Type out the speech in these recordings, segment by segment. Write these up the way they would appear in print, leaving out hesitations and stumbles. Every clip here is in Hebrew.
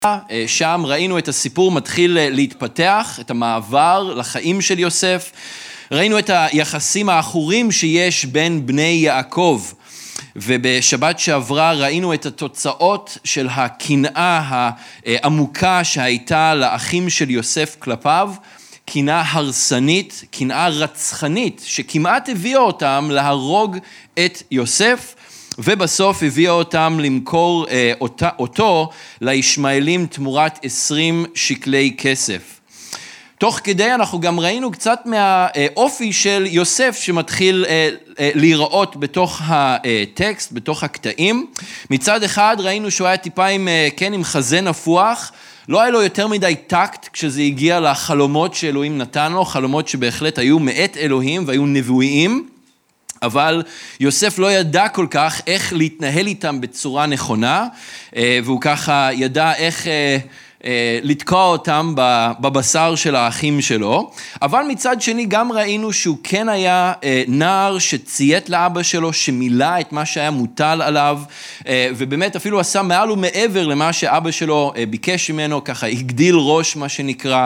שם ראינו את הסיפור מתחיל להתפתח, את המעבר לחיים של יוסף, ראינו את היחסים האחורים שיש בין בני יעקב, ובשבת שעברה ראינו את התוצאות של הקנאה העמוקה שהייתה לאחים של יוסף כלפיו, קנאה הרסנית, קנאה רצחנית, שכמעט הביאה אותם להרוג את יוסף, ובסוף הביאה אותם למכור אותו לישמעאלים תמורת 20 שקלי כסף. תוך כדי אנחנו גם ראינו קצת מהאופי של יוסף שמתחיל להיראות בתוך הטקסט, בתוך הקטעים. מצד אחד ראינו שהוא היה טיפה עם חזה נפוח, לא היה לו יותר מדי טקט כשזה הגיע לחלומות שאלוהים נתן לו, חלומות שבהחלט היו מאת אלוהים והיו נבואיים, אבל יוסף לא ידע כל כך איך להתנהל איתם בצורה נכונה, והוא ככה ידע איך לתקוע אותם בבשר של האחים שלו, אבל מצד שני גם ראינו שהוא כן היה נער שציית לאבא שלו, שמילא את מה שהיה מוטל עליו, ובאמת אפילו עשה מעל ומעבר למה שאבא שלו ביקש ממנו, ככה הגדיל ראש מה שנקרא,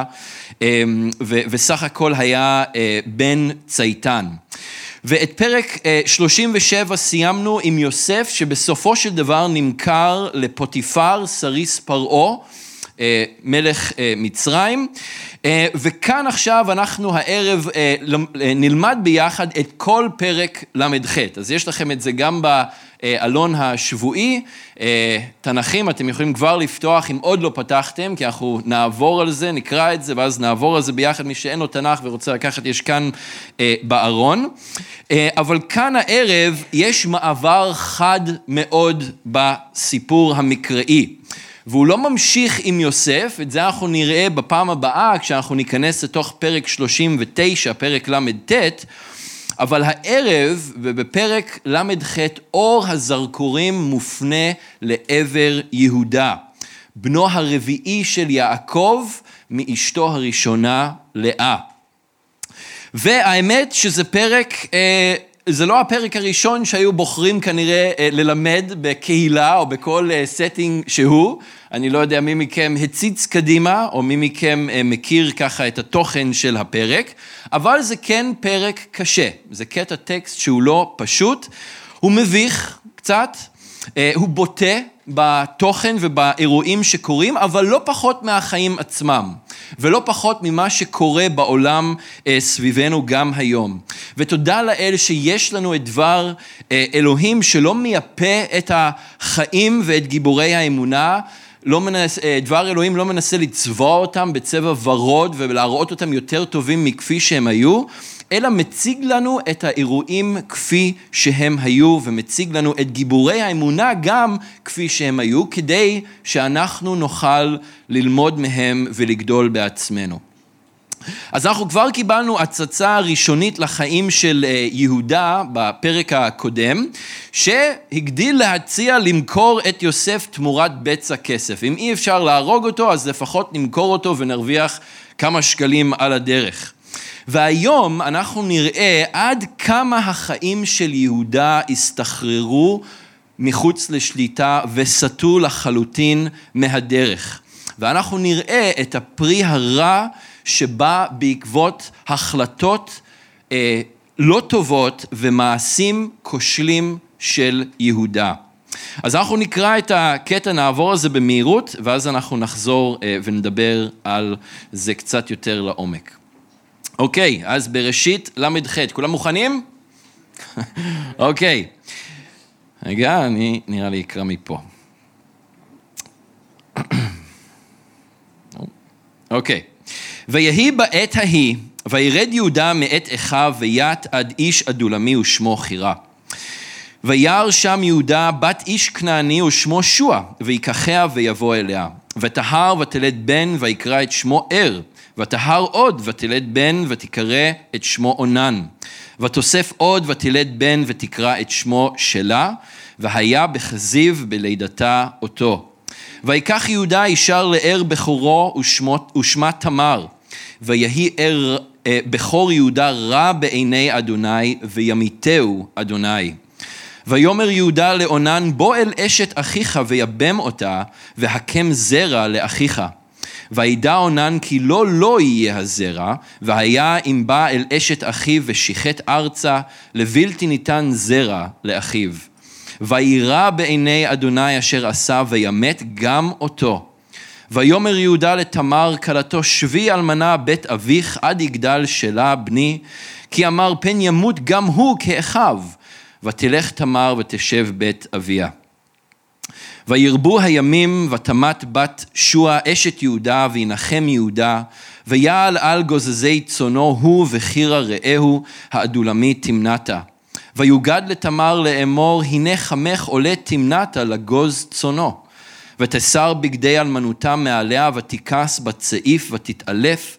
וסך הכל היה בן צייתן. ואת פרק 37 סיימנו עם יוסף, שבסופו של דבר נמכר לפוטיפר, סריס פרעה, מלך מצרים, וכאן עכשיו אנחנו הערב נלמד ביחד את כל פרק למ"ח. אז יש לכם את זה גם באלון השבועי, תנכים, אתם יכולים כבר לפתוח אם עוד לא פתחתם, כי אנחנו נעבור על זה, נקרא את זה, ואז נעבור על זה ביחד, מי שאין לו תנ"ך ורוצה לקחת, יש כאן בארון. אבל כאן הערב יש מעבר חד מאוד בסיפור המקראי. והוא לא ממשיך עם יוסף, את זה אנחנו נראה בפעם הבאה, כשאנחנו ניכנס לתוך פרק 39, פרק למ"ט, אבל הערב ובפרק למ"ח אור הזרקורים מופנה לעבר יהודה, בנו הרביעי של יעקב מאשתו הראשונה לאה. והאמת שזה פרק, זה לא הפרק הראשון שהיו בוחרים כנראה ללמד בקהילה או בכל סטינג שהוא. אני לא יודע מי מכם הציץ קדימה או מי מכם מכיר ככה את התוכן של הפרק, אבל זה כן פרק קשה. זה קטע טקסט שהוא לא פשוט, הוא מביך קצת, הוא בוטה בתוכן ובאירועים שקורים, אבל לא פחות מהחיים עצמם, ולא פחות ממה שקורה בעולם סביבנו גם היום. ותודה לאל שיש לנו את דבר אלוהים שלא מייפה את החיים ואת גיבורי האמונה, דבר אלוהים לא מנסה לצבוע אותם בצבע ורוד ולהראות אותם יותר טובים מכפי שהם היו, אלא מציג לנו את האירועים כפי שהם היו, ומציג לנו את גיבורי האמונה גם כפי שהם היו, כדי שאנחנו נוכל ללמוד מהם ולגדול בעצמנו. אז אנחנו כבר קיבלנו הצצה ראשונית לחיים של יהודה בפרק הקודם, שהגדיל להציע למכור את יוסף תמורת בצע כסף. אם אי אפשר להרוג אותו, אז לפחות נמכור אותו ונרוויח כמה שקלים על הדרך. והיום אנחנו נראה עד כמה החיים של יהודה הסתחררו מחוץ לשליטה וסטו לחלוטין מהדרך. ואנחנו נראה את הפרי הרע שבא בעקבות החלטות לא טובות ומעשים כושלים של יהודה. אז אנחנו נקרא את הקטע, נעבור על זה במהירות, ואז אנחנו נחזור ונדבר על זה קצת יותר לעומק. אוקיי, אז בראשית למ"ח, כולם מוכנים? אוקיי. רגע, אני נראה לי אקרא מפה. אוקיי. ויהי בעת ההיא, וירד יהודה מאת אחיו וית עד איש אדולמי ושמו חירה. וירא שם יהודה בת איש כנעני ושמו שוע, ויקחיה ויבוא אליה. ותהר ותלד בן ויקרא את שמו ותהר עוד ותלד בן ותקרא את שמו אונן. ותוסף עוד ותלד בן ותקרא את שמו שלה, והיה בחזיב בלידתה אותו. ויקח יהודה ישר בכורו ושמה תמר, ויהי בכור יהודה רע בעיני אדוני וימיתהו אדוני. ויאמר יהודה לאונן, בוא אל אשת אחיך ויבם אותה, והקם זרע לאחיך. וידע אונן כי לא יהיה הזרע, והיה אם בא אל אשת אחיו ושיחת ארצה, לבלתי ניתן זרע לאחיו. וירא בעיני אדוני אשר עשה, וימת גם אותו. ויאמר יהודה לתמר כלתו, שבי אלמנה בית אביך עד יגדל שלה בני, כי אמר פן ימות גם הוא כאחיו. ותלך תמר ותשב בית אביה. וירבו הימים, ותמת בת שוע אשת יהודה, וינחם יהודה, ויעל על גוזזי צונו הוא וחירה רעהו, האדולמי תמנתה. ויוגד לתמר לאמור, הנה חמך עולה תמנתה לגוז צונו. ותסר בגדי אלמנותה מעליה, ותיכס בצעיף ותתעלף,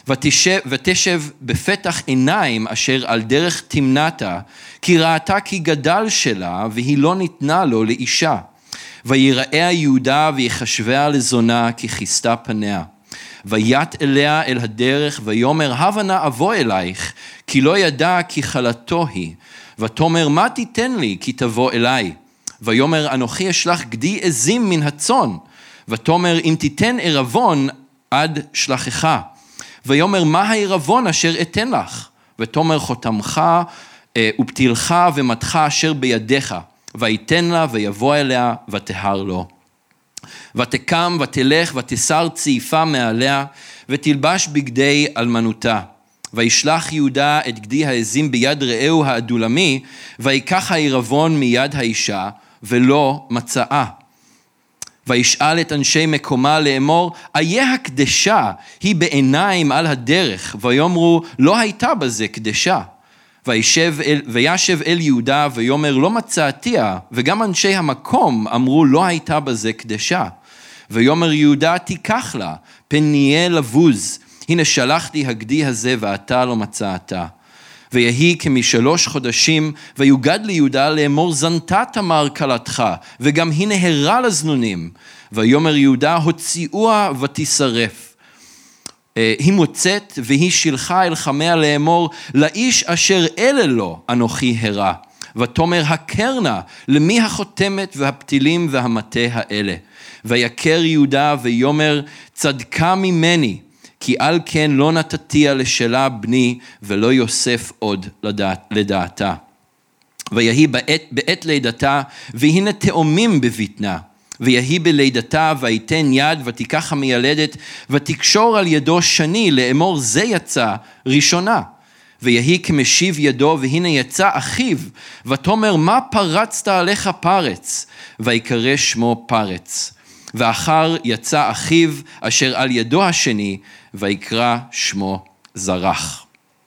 ותשב בפתח עיניים אשר על דרך תמנתה, כי ראתה כי גדל שלה, והיא לא ניתנה לו לאישה. ויראה יהודה ויחשביה לזונה, כי כיסתה פניה. וית אליה אל הדרך, ויאמר הבה נא אבוא אלייך, כי לא ידע כי חלתו היא. ותאמר מה תיתן לי כי תבוא אליי. ויאמר אנוכי אשלח גדי עזים מן הצאן. ותאמר אם תיתן ערבון עד שלחך. ויאמר מה הערבון אשר אתן לך? ותאמר חותמך ופתילך ומתך אשר בידיך. ויתן לה ויבוא אליה ותהר לו. ותקם ותלך ותסר צעיפה מעליה ותלבש בגדי אלמנותה. וישלח יהודה את גדי העזים ביד רעהו האדולמי, ויקח הערבון מיד האישה ולא מצאה. וישאל את אנשי מקומה לאמור, איה הקדשה היא בעיניים על הדרך, ויאמרו לא הייתה בזה קדשה. וישב אל יהודה ויאמר לא מצאתיה, וגם אנשי המקום אמרו לא הייתה בזה קדשה. ויאמר יהודה תיקח לה, פן נהיה לבוז, הנה שלחתי הגדי הזה ואתה לא מצאתה. ויהי כ3 חודשים, ויוגד ליהודה לאמור זנתה תמר כלתך, וגם היא נהרה לזנונים. ויאמר יהודה הוציאוה ותשרף. היא מוצאת והיא שילחה אל חמיה לאמור, לאיש אשר אלה לו אנוכי הרע. ותאמר הקרנה, למי החותמת והפתילים והמטה האלה. ויקר יהודה ויאמר צדקה ממני, כי על כן לא נתתיה לשלה בני, ולא יוסף עוד לדעתה. ויהי בעת לידתה, והנה תאומים בבטנה. ויהי בלידתה, ויתן יד, ותיקח המיילדת, ותקשור על ידו שני, לאמור זה יצא ראשונה. ויהי כמשיב ידו, והנה יצא אחיו, ותאמר מה פרצת עליך פרץ? ויקרא שמו פרץ. ואחר יצא אחיו, אשר על ידו השני, ויקרא שמו זרח.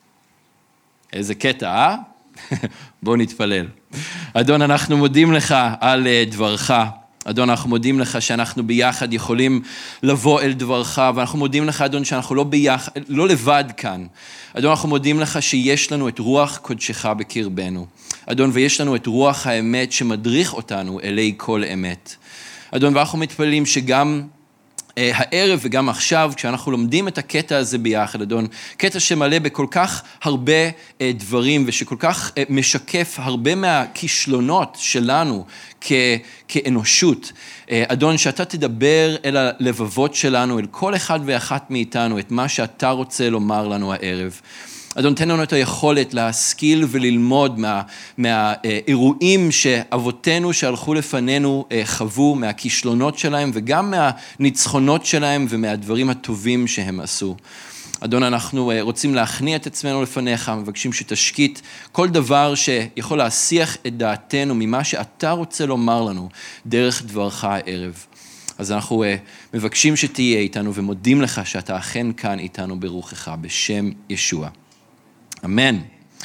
איזה קטע, בוא נתפלל. אדון, אנחנו מודים לך על דברך. אדון, אנחנו מודים לך שאנחנו ביחד יכולים לבוא אל דברך, ואנחנו מודים לך, אדון, שאנחנו לא לבד כאן. אדון, אנחנו מודים לך שיש לנו את רוח קודשך בקרבנו. אדון, ויש לנו את רוח האמת שמדריך אותנו אלי כל אמת. אדון, ואנחנו מתפללים שגם הערב וגם עכשיו, כשאנחנו לומדים את הקטע הזה ביחד, אדון, קטע שמלא בכל כך הרבה דברים, ושכל כך משקף הרבה מהכישלונות שלנו כאנושות. אדון, שאתה תדבר אל הלבבות שלנו, אל כל אחד ואחת מאיתנו, את מה שאתה רוצה לומר לנו הערב. אדון, תן לנו את היכולת להשכיל וללמוד מהאירועים שאבותינו שהלכו לפנינו חוו, מהכישלונות שלהם וגם מהניצחונות שלהם ומהדברים הטובים שהם עשו. אדון, אנחנו רוצים להכניע את עצמנו לפניך, מבקשים שתשקיט כל דבר שיכול להסיח את דעתנו ממה שאתה רוצה לומר לנו דרך דברך הערב. אז אנחנו מבקשים שתהיה איתנו ומודים לך שאתה אכן כאן איתנו ברוחך בשם ישוע. אמן.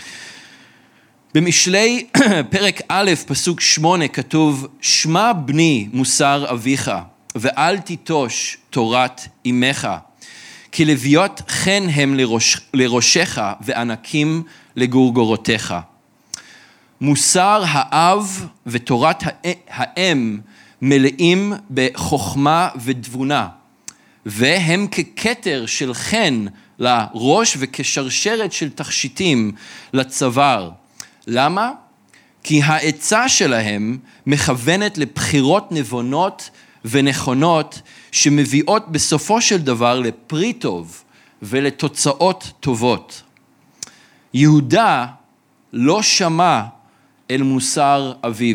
במשלי פרק א' פסוק 8 כתוב, שמע בני מוסר אביך, ואל תיטוש תורת אמך, כי לוויות חן הם לראשך וענקים לגורגורותיך. מוסר האב ותורת האם מלאים בחוכמה ותבונה, והם ככתר של חן לראש וכשרשרת של תכשיטים לצוואר. למה? כי העצה שלהם מכוונת לבחירות נבונות ונכונות שמביאות בסופו של דבר לפרי טוב ולתוצאות טובות. יהודה לא שמע אל מוסר אביו,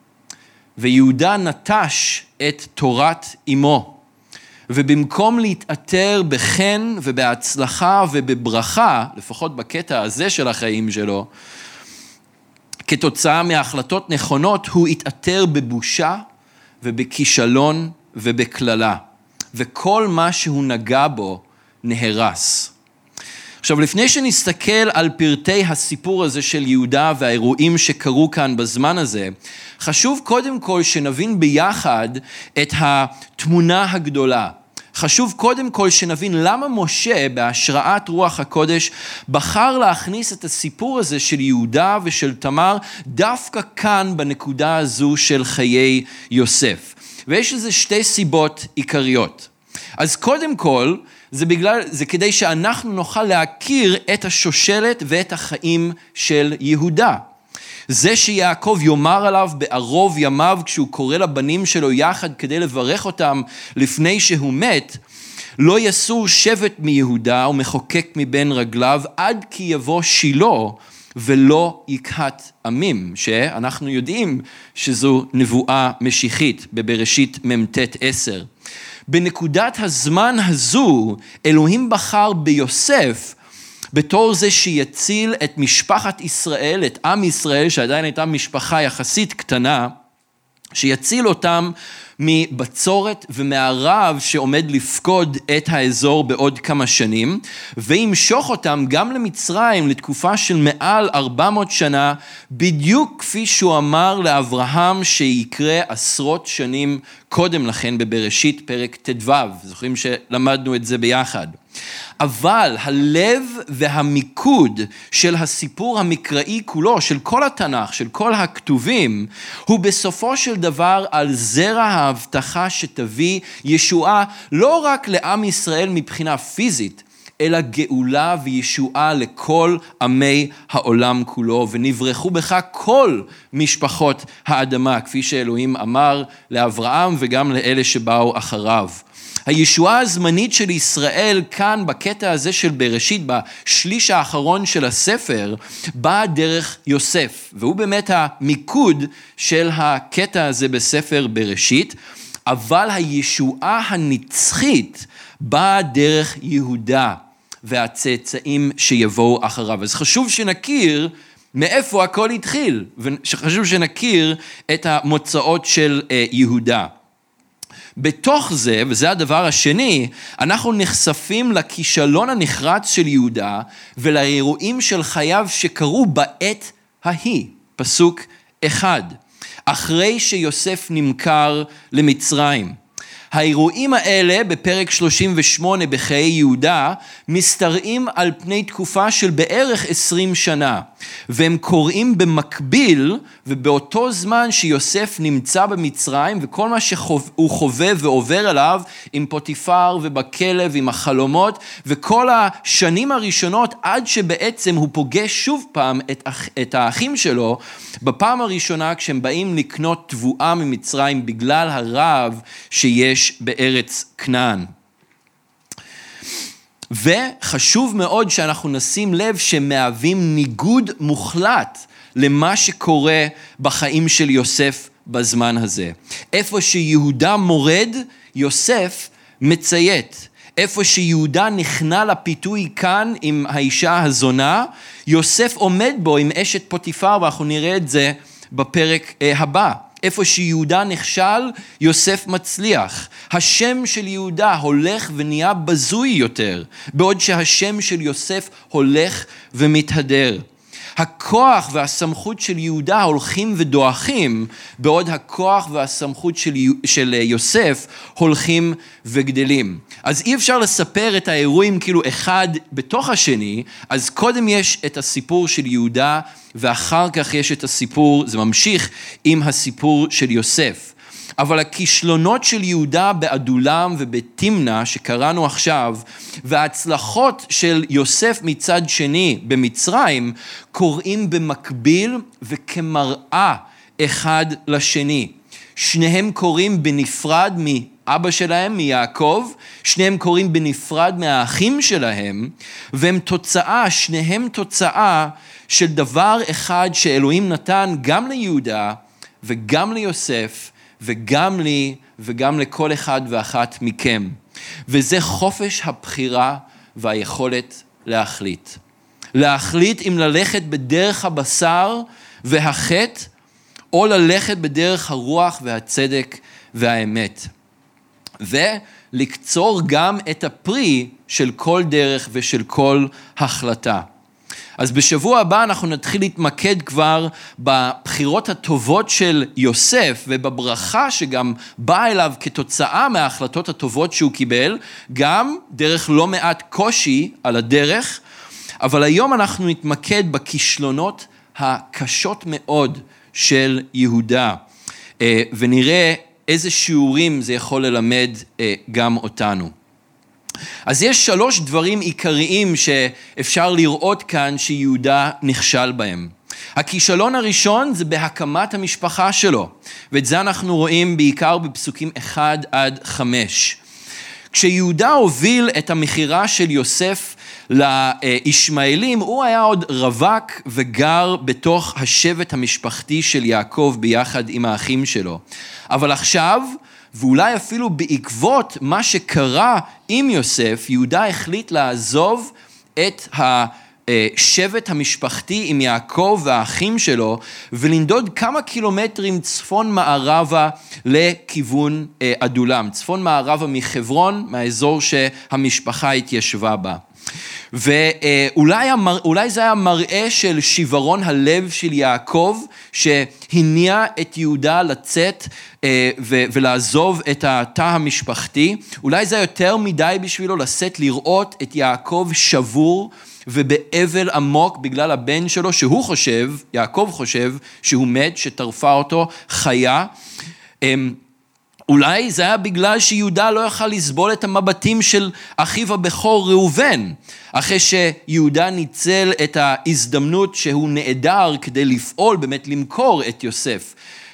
ויהודה נטש את תורת אמו, ובמקום להתעטר בחן ובהצלחה ובברכה, לפחות בקטע הזה של החיים שלו, כתוצאה מהחלטות נכונות, הוא התעטר בבושה ובכישלון ובכללה, וכל מה שהוא נגע בו נהרס. עכשיו, לפני שנסתכל על פרטי הסיפור הזה של יהודה והאירועים שקרו כאן בזמן הזה, חשוב קודם כל שנבין ביחד את התמונה הגדולה. חשוב קודם כל שנבין למה משה בהשראת רוח הקודש בחר להכניס את הסיפור הזה של יהודה ושל תמר דווקא כאן בנקודה הזו של חיי יוסף. ויש לזה שתי סיבות עיקריות. אז קודם כל, זה כדי שאנחנו נוכל להכיר את השושלת ואת החיים של יהודה. זה שיעקב יאמר עליו בערוב ימיו כשהוא קורא לבנים שלו יחד כדי לברך אותם לפני שהוא מת, לא יסור שבט מיהודה ומחוקק מבין רגליו עד כי יבוא שילה ולא יקהת עמים, שאנחנו יודעים שזו נבואה משיחית בבראשית מ"ט 10. בנקודת הזמן הזו אלוהים בחר ביוסף בתור זה שיציל את משפחת ישראל, את עם ישראל שעדיין הייתה משפחה יחסית קטנה, שיציל אותם מבצורת ומהרעב שעומד לפקוד את האזור בעוד כמה שנים, וימשוך אותם גם למצרים לתקופה של מעל 400 שנה, בדיוק כפי שהוא אמר לאברהם שיקרה עשרות שנים קודם לכן בבראשית פרק ט"ו, זוכרים שלמדנו את זה ביחד. אבל הלב והמיקוד של הסיפור המקראי כולו, של כל התנ"ך, של כל הכתובים, הוא בסופו של דבר על זרע ההבטחה שתביא ישועה לא רק לעם ישראל מבחינה פיזית, אלא גאולה וישועה לכל עמי העולם כולו, ונברחו בך כל משפחות האדמה, כפי שאלוהים אמר לאברהם וגם לאלה שבאו אחריו. הישועה הזמנית של ישראל כאן בקטע הזה של בראשית, בשליש האחרון של הספר, באה דרך יוסף, והוא באמת המיקוד של הקטע הזה בספר בראשית, אבל הישועה הנצחית באה דרך יהודה והצאצאים שיבואו אחריו. אז חשוב שנכיר מאיפה הכל התחיל, וחשוב שנכיר את המוצאות של יהודה. בתוך זה, וזה הדבר השני, אנחנו נחשפים לכישלון הנחרץ של יהודה ולאירועים של חייו שקרו בעת ההיא. פסוק 1. אחרי שיוסף נמכר למצרים. האירועים האלה בפרק 38 בחיי יהודה מסתרעים על פני תקופה של בערך 20 שנה, והם קוראים במקביל ובאותו זמן שיוסף נמצא במצרים, וכל מה שהוא חווה ועובר עליו עם פוטיפר ובכלא ועם החלומות, וכל השנים הראשונות עד שבעצם הוא פוגש שוב פעם את האחים שלו, בפעם הראשונה כשהם באים לקנות תבואה ממצרים בגלל הרעב שיש בארץ כנען. וחשוב מאוד שאנחנו נשים לב שמהווים ניגוד מוחלט למה שקורה בחיים של יוסף בזמן הזה. איפה שיהודה מורד, יוסף מציית. איפה שיהודה נכנע לפיתוי כאן עם האישה הזונה, יוסף עומד בו עם אשת פוטיפר, ואנחנו נראה את זה בפרק הבא. איפה שיהודה נכשל, יוסף מצליח. השם של יהודה הולך ונהיה בזוי יותר, בעוד שהשם של יוסף הולך ומתהדר. הכוח והסמכות של יהודה הולכים ודועכים, בעוד הכוח והסמכות של יוסף הולכים וגדלים. אז אי אפשר לספר את האירועים כאילו אחד בתוך השני, אז קודם יש את הסיפור של יהודה, ואחר כך יש את הסיפור, זה ממשיך עם הסיפור של יוסף. אבל הכישלונות של יהודה באדולם ובתמנה שקראנו עכשיו, וההצלחות של יוסף מצד שני במצרים, קוראים במקביל וכמראה אחד לשני. שניהם קוראים בנפרד מאבא שלהם, מיעקב, שניהם קוראים בנפרד מהאחים שלהם, והם תוצאה, שניהם תוצאה של דבר אחד שאלוהים נתן גם ליהודה וגם ליוסף וגם לי וגם לכל אחד ואחת מכם. וזה חופש הבחירה והיכולת להחליט. להחליט אם ללכת בדרך הבשר והחטא, או ללכת בדרך הרוח והצדק והאמת. ולקצור גם את הפרי של כל דרך ושל כל החלטה. אז בשבוע הבא אנחנו נתחיל להתמקד כבר בבחירות הטובות של יוסף, ובברכה שגם באה אליו כתוצאה מההחלטות הטובות שהוא קיבל, גם דרך לא מעט קושי על הדרך, אבל היום אנחנו נתמקד בכישלונות הקשות מאוד של יהודה, ונראה איזה שיעורים זה יכול ללמד גם אותנו. אז יש 3 דברים עיקריים שאפשר לראות כאן שיהודה נכשל בהם. הכישלון הראשון זה בהקמת המשפחה שלו, ואת זה אנחנו רואים בעיקר בפסוקים 1-5. כשיהודה הוביל את המכירה של יוסף לישמעאלים, הוא היה עוד רווק וגר בתוך השבט המשפחתי של יעקב ביחד עם האחים שלו. אבל עכשיו, ואולי אפילו בעקבות מה שקרה עם יוסף, יהודה החליט לעזוב את השבט המשפחתי עם יעקב והאחים שלו, ולנדוד כמה קילומטרים צפון מערבה לכיוון אדולם, צפון מערבה מחברון, מהאזור שהמשפחה התיישבה בה. ואולי זה היה מראה של שברון הלב של יעקב, שהניע את יהודה לצאת ולעזוב את התא המשפחתי. אולי זה יותר מדי בשבילו לשאת לראות את יעקב שבור ובאבל עמוק בגלל הבן שלו, יעקב חושב שהוא מת, שטרפה אותו חיה. אולי זה היה בגלל שיהודה לא יכל לסבול את המבטים של אחיו הבכור ראובן, אחרי שיהודה ניצל את ההזדמנות שהוא נעדר כדי לפעול, באמת למכור את יוסף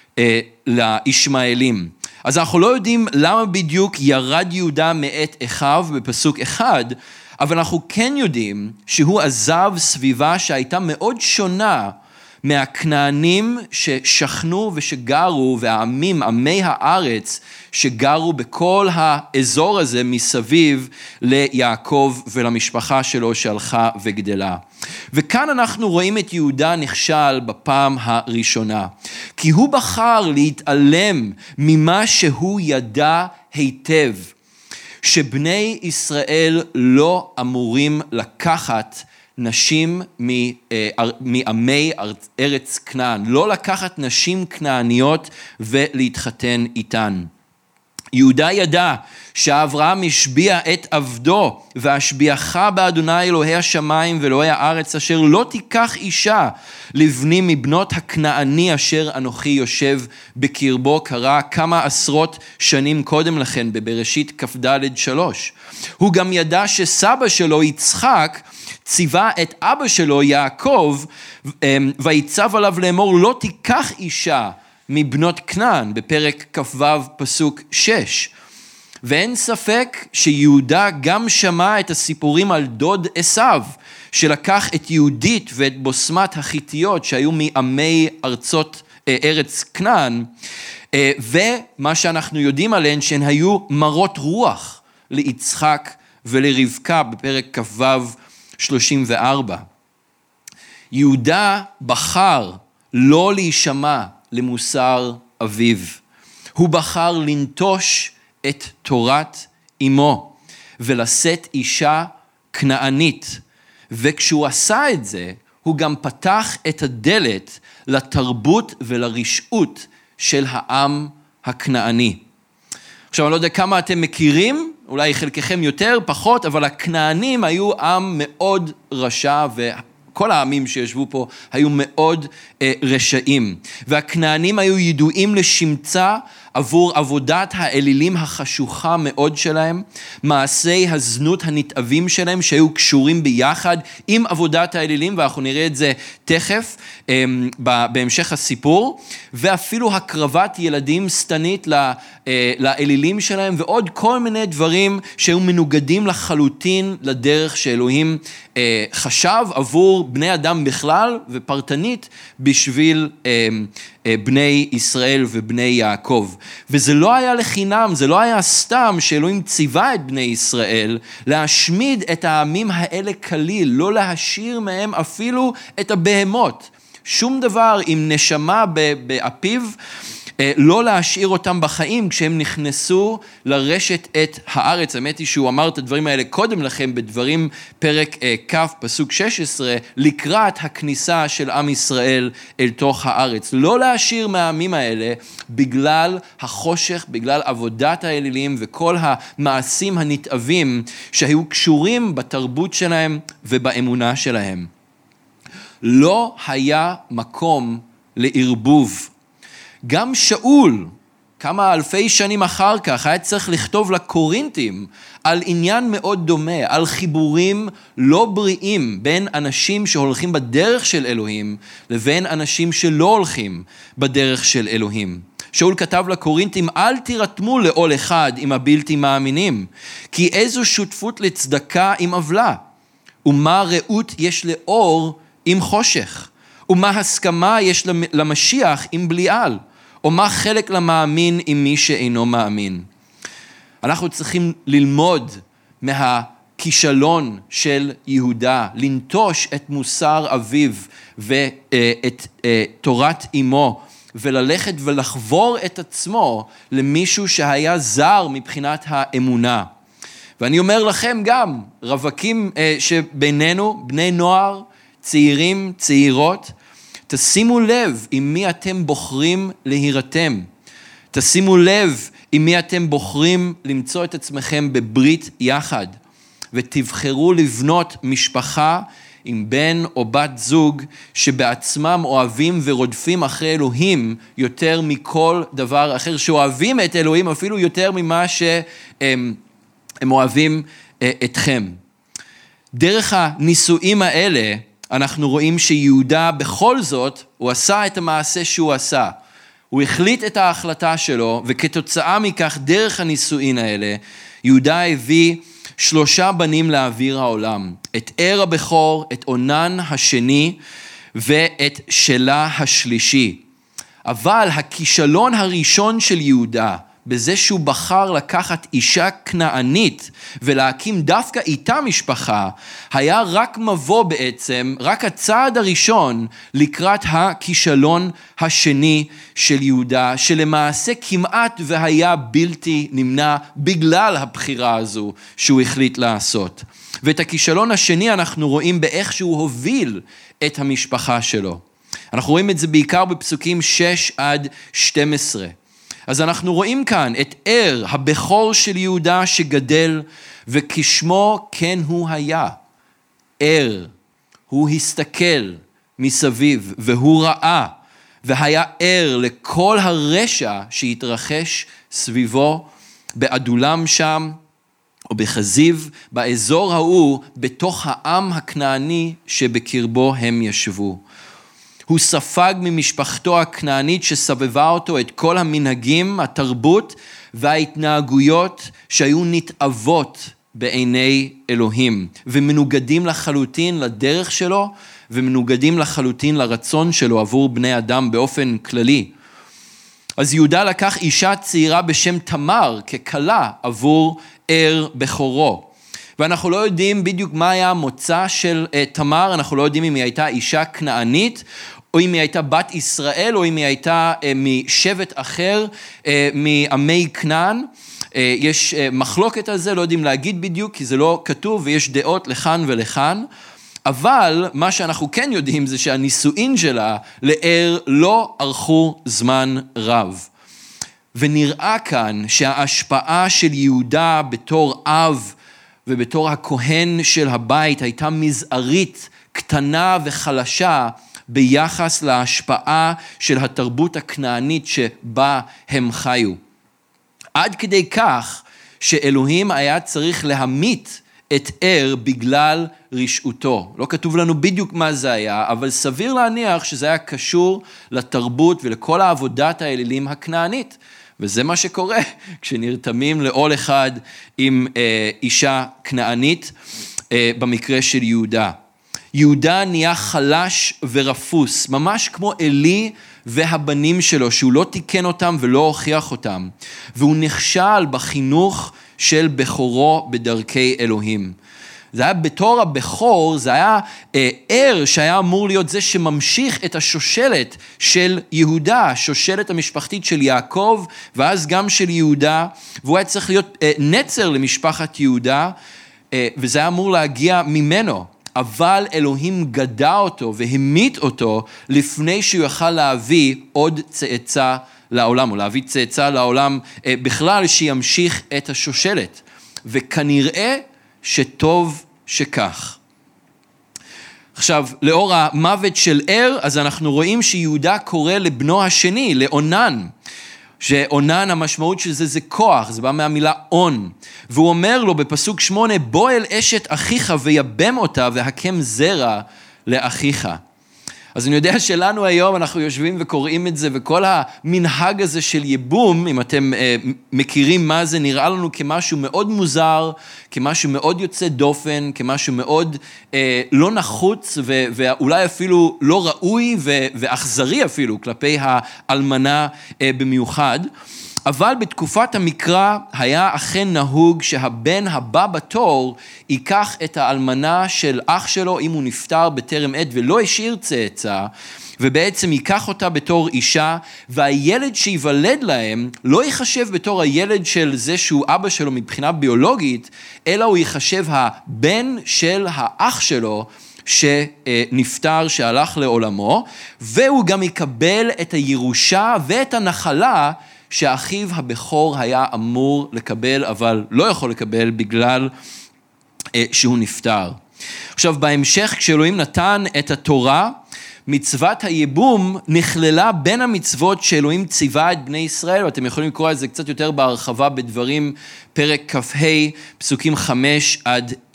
לישמעאלים. אז אנחנו לא יודעים למה בדיוק ירד יהודה מאת אחיו בפסוק 1, אבל אנחנו כן יודעים שהוא עזב סביבה שהייתה מאוד שונה מהכנענים ששכנו ושגרו, והעמים, עמי הארץ שגרו בכל האזור הזה מסביב ליעקב ולמשפחה שלו שהלכה וגדלה. וכאן אנחנו רואים את יהודה נכשל בפעם הראשונה, כי הוא בחר להתעלם ממה שהוא ידע היטב, שבני ישראל לא אמורים לקחת נשים מעמי ארץ כנען, לא לקחת נשים כנעניות ולהתחתן איתן. יהודה ידע שאברהם השביע את עבדו, והשביעך באדוני אלוהי השמיים ואלוהי הארץ, אשר לא תיקח אישה לבני מבנות הכנעני אשר אנוכי יושב בקרבו, קרא כמה עשרות שנים קודם לכן בבראשית כ"ד 3. הוא גם ידע שסבא שלו יצחק ציווה את אבא שלו יעקב, ויצב עליו לאמור לא תיקח אישה מבנות כנען, בפרק כ"ו פסוק 6. ואין ספק שיהודה גם שמע את הסיפורים על דוד עשיו, שלקח את יהודית ואת בוסמת החיתיות שהיו מעמי ארץ כנען, ומה שאנחנו יודעים עליהן שהן היו מרות רוח ליצחק ולרבקה בפרק כ"ו 34. יהודה בחר לא להישמע למוסר אביו. הוא בחר לנטוש את תורת אמו ולשאת אישה כנענית. וכשהוא עשה את זה, הוא גם פתח את הדלת לתרבות ולרשעות של העם הכנעני. עכשיו, אני לא יודע כמה אתם מכירים, אולי חלקכם יותר, פחות, אבל הכנענים היו עם מאוד רשע, וכל העמים שישבו פה היו מאוד רשעים. והכנענים היו ידועים לשמצה, עבור עבודת האלילים החשוכה מאוד שלהם, מעשי הזנות הנתעבים שלהם שהיו קשורים ביחד עם עבודת האלילים, ואנחנו נראה את זה תכף בהמשך הסיפור, ואפילו הקרבת ילדים סתנית לאלילים שלהם, ועוד כל מיני דברים שהיו מנוגדים לחלוטין לדרך שאלוהים חשב עבור בני אדם בכלל, ופרטנית בשביל בני ישראל ובני יעקב. וזה לא היה לחינם, זה לא היה סתם שאלוהים ציווה את בני ישראל להשמיד את העמים האלה כליל, לא להשאיר מהם אפילו את הבהמות. שום דבר עם נשמה באפיו, לא להשאיר אותם בחיים כשהם נכנסו לרשת את הארץ. האמת היא שהוא אמר את הדברים האלה קודם לכם בדברים פרק כ' פסוק 16, לקראת הכניסה של עם ישראל אל תוך הארץ. לא להשאיר מהעמים האלה בגלל החושך, בגלל עבודת האלילים וכל המעשים הנתעבים שהיו קשורים בתרבות שלהם ובאמונה שלהם. לא היה מקום לערבוב. גם שאול, כמה אלפי שנים אחר כך, היה צריך לכתוב לקורינתים על עניין מאוד דומה, על חיבורים לא בריאים בין אנשים שהולכים בדרך של אלוהים, לבין אנשים שלא הולכים בדרך של אלוהים. שאול כתב לקורינתים, אל תירתמו לעול אחד עם הבלתי מאמינים, כי איזו שותפות לצדקה עם עוולה, ומה רעות יש לאור עם חושך, ומה הסכמה יש למשיח עם בליעל, או מה חלק למאמין עם מי שאינו מאמין. אנחנו צריכים ללמוד מהכישלון של יהודה, לנטוש את מוסר אביו ואת תורת אמו, וללכת ולחבור את עצמו למישהו שהיה זר מבחינת האמונה. ואני אומר לכם גם, רווקים שבינינו, בני נוער, צעירים, צעירות, תשימו לב עם מי אתם בוחרים להירתם. תשימו לב עם מי אתם בוחרים למצוא את עצמכם בברית יחד. ותבחרו לבנות משפחה עם בן או בת זוג שבעצמם אוהבים ורודפים אחרי אלוהים יותר מכל דבר אחר. שאוהבים את אלוהים אפילו יותר ממה שהם אוהבים אתכם. דרך הנישואים האלה, אנחנו רואים שיהודה בכל זאת, הוא עשה את המעשה שהוא עשה. הוא החליט את ההחלטה שלו, וכתוצאה מכך, דרך הנישואין האלה, יהודה הביא 3 בנים לאוויר העולם. את ער הבכור, את אונן השני, ואת שלה השלישי. אבל הכישלון הראשון של יהודה, בזה שהוא בחר לקחת אישה כנענית ולהקים דווקא איתה משפחה, היה רק מבוא בעצם, רק הצעד הראשון לקראת הכישלון השני של יהודה, שלמעשה כמעט והיה בלתי נמנע בגלל הבחירה הזו שהוא החליט לעשות. ואת הכישלון השני אנחנו רואים באיך שהוא הוביל את המשפחה שלו. אנחנו רואים את זה בעיקר בפסוקים 6 עד 12. אז אנחנו רואים כאן את ער, הבכור של יהודה שגדל, וכשמו כן הוא היה. ער, הוא הסתכל מסביב, והוא ראה, והיה ער לכל הרשע שהתרחש סביבו, באדולם שם, או בחזיב, באזור ההוא, בתוך העם הכנעני שבקרבו הם ישבו. הוא ספג ממשפחתו הכנענית שסבבה אותו את כל המנהגים, התרבות וההתנהגויות שהיו נתעבות בעיני אלוהים, ומנוגדים לחלוטין לדרך שלו, ומנוגדים לחלוטין לרצון שלו עבור בני אדם באופן כללי. אז יהודה לקח אישה צעירה בשם תמר ככלה עבור ער בכורו. ואנחנו לא יודעים בדיוק מה היה המוצא של תמר, אנחנו לא יודעים אם היא הייתה אישה כנענית, או אם היא הייתה בת ישראל, או אם היא הייתה משבט אחר, מעמי כנען. יש מחלוקת על זה, לא יודעים להגיד בדיוק, כי זה לא כתוב, ויש דעות לכאן ולכאן. אבל מה שאנחנו כן יודעים זה שהנישואין שלה לער לא ארכו זמן רב. ונראה כאן שההשפעה של יהודה בתור אב ובתור הכהן של הבית הייתה מזערית, קטנה וחלשה ביחס להשפעה של התרבות הכנענית שבה הם חיו. עד כדי כך שאלוהים היה צריך להמית את בגלל רשעותו. לא כתוב לנו בדיוק מה זה היה, אבל סביר להניח שזה היה קשור לתרבות ולכל העבודת האלילים הכנענית. וזה מה שקורה כשנרתמים לעול אחד עם אישה כנענית, במקרה של יהודה. יהודה נהיה חלש ורפוס, ממש כמו אלי והבנים שלו, שהוא לא תיקן אותם ולא הוכיח אותם. והוא נכשל בחינוך של בכורו בדרכי אלוהים. זה היה בתור הבכור, זה היה שהיה אמור להיות זה שממשיך את השושלת של יהודה, השושלת המשפחתית של יעקב, ואז גם של יהודה, והוא היה צריך להיות נצר למשפחת יהודה, וזה היה אמור להגיע ממנו. אבל אלוהים גדע אותו והמית אותו לפני שהוא יוכל להביא עוד צאצא לעולם, או להביא צאצא לעולם בכלל שימשיך את השושלת. וכנראה שטוב שכך. עכשיו, לאור המוות של אז אנחנו רואים שיהודה קורא לבנו השני, לאונן. שאונן, המשמעות של זה כוח, זה בא מהמילה און. והוא אומר לו בפסוק 8, בוא אל אשת אחיך ויבם אותה והקם זרע לאחיך. אז אני יודע שלנו היום אנחנו יושבים וקוראים את זה, וכל המנהג הזה של ייבום, אם אתם מכירים מה זה, נראה לנו כמשהו מאוד מוזר, כמשהו מאוד יוצא דופן, כמשהו מאוד לא נחוץ, ואולי אפילו לא ראוי ואכזרי אפילו, כלפי האלמנה במיוחד. אבל בתקופת המקרא היה אכן נהוג שהבן הבא בתור ייקח את האלמנה של אח שלו אם הוא נפטר בטרם עת ולא השאיר צאצא, ובעצם ייקח אותה בתור אישה, והילד שיוולד להם לא ייחשב בתור הילד של זה שהוא אבא שלו מבחינה ביולוגית, אלא הוא ייחשב הבן של האח שלו, שנפטר, שהלך לעולמו, והוא גם יקבל את הירושה ואת הנחלה שאחיו הבכור היה אמור לקבל, אבל לא יכול לקבל בגלל שהוא נפטר. עכשיו, בהמשך, כשאלוהים נתן את התורה, מצוות הייבום נכללה בין המצוות שאלוהים ציווה את בני ישראל, ואתם יכולים לקרוא את זה קצת יותר בהרחבה בדברים, פרק כ"ה, פסוקים 5-10.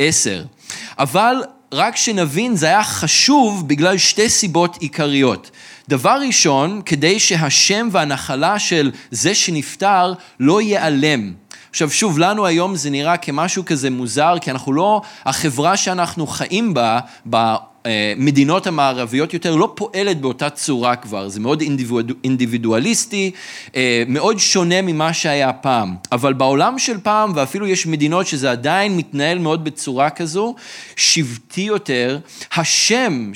אבל רק שנבין, זה היה חשוב בגלל שתי סיבות עיקריות. דבר ראשון, כדי שהשם והנחלה של זה שנפטר לא ייעלם. עכשיו שוב, לנו היום זה נראה כמשהו כזה מוזר, כי אנחנו לא, החברה שאנחנו חיים בה, במדינות המערביות יותר, לא פועלת באותה צורה כבר. זה מאוד אינדיבידואליסטי, מאוד שונה ממה שהיה פעם. אבל בעולם של פעם, ואפילו יש מדינות שזה עדיין מתנהל מאוד בצורה כזו, שבטי יותר, השם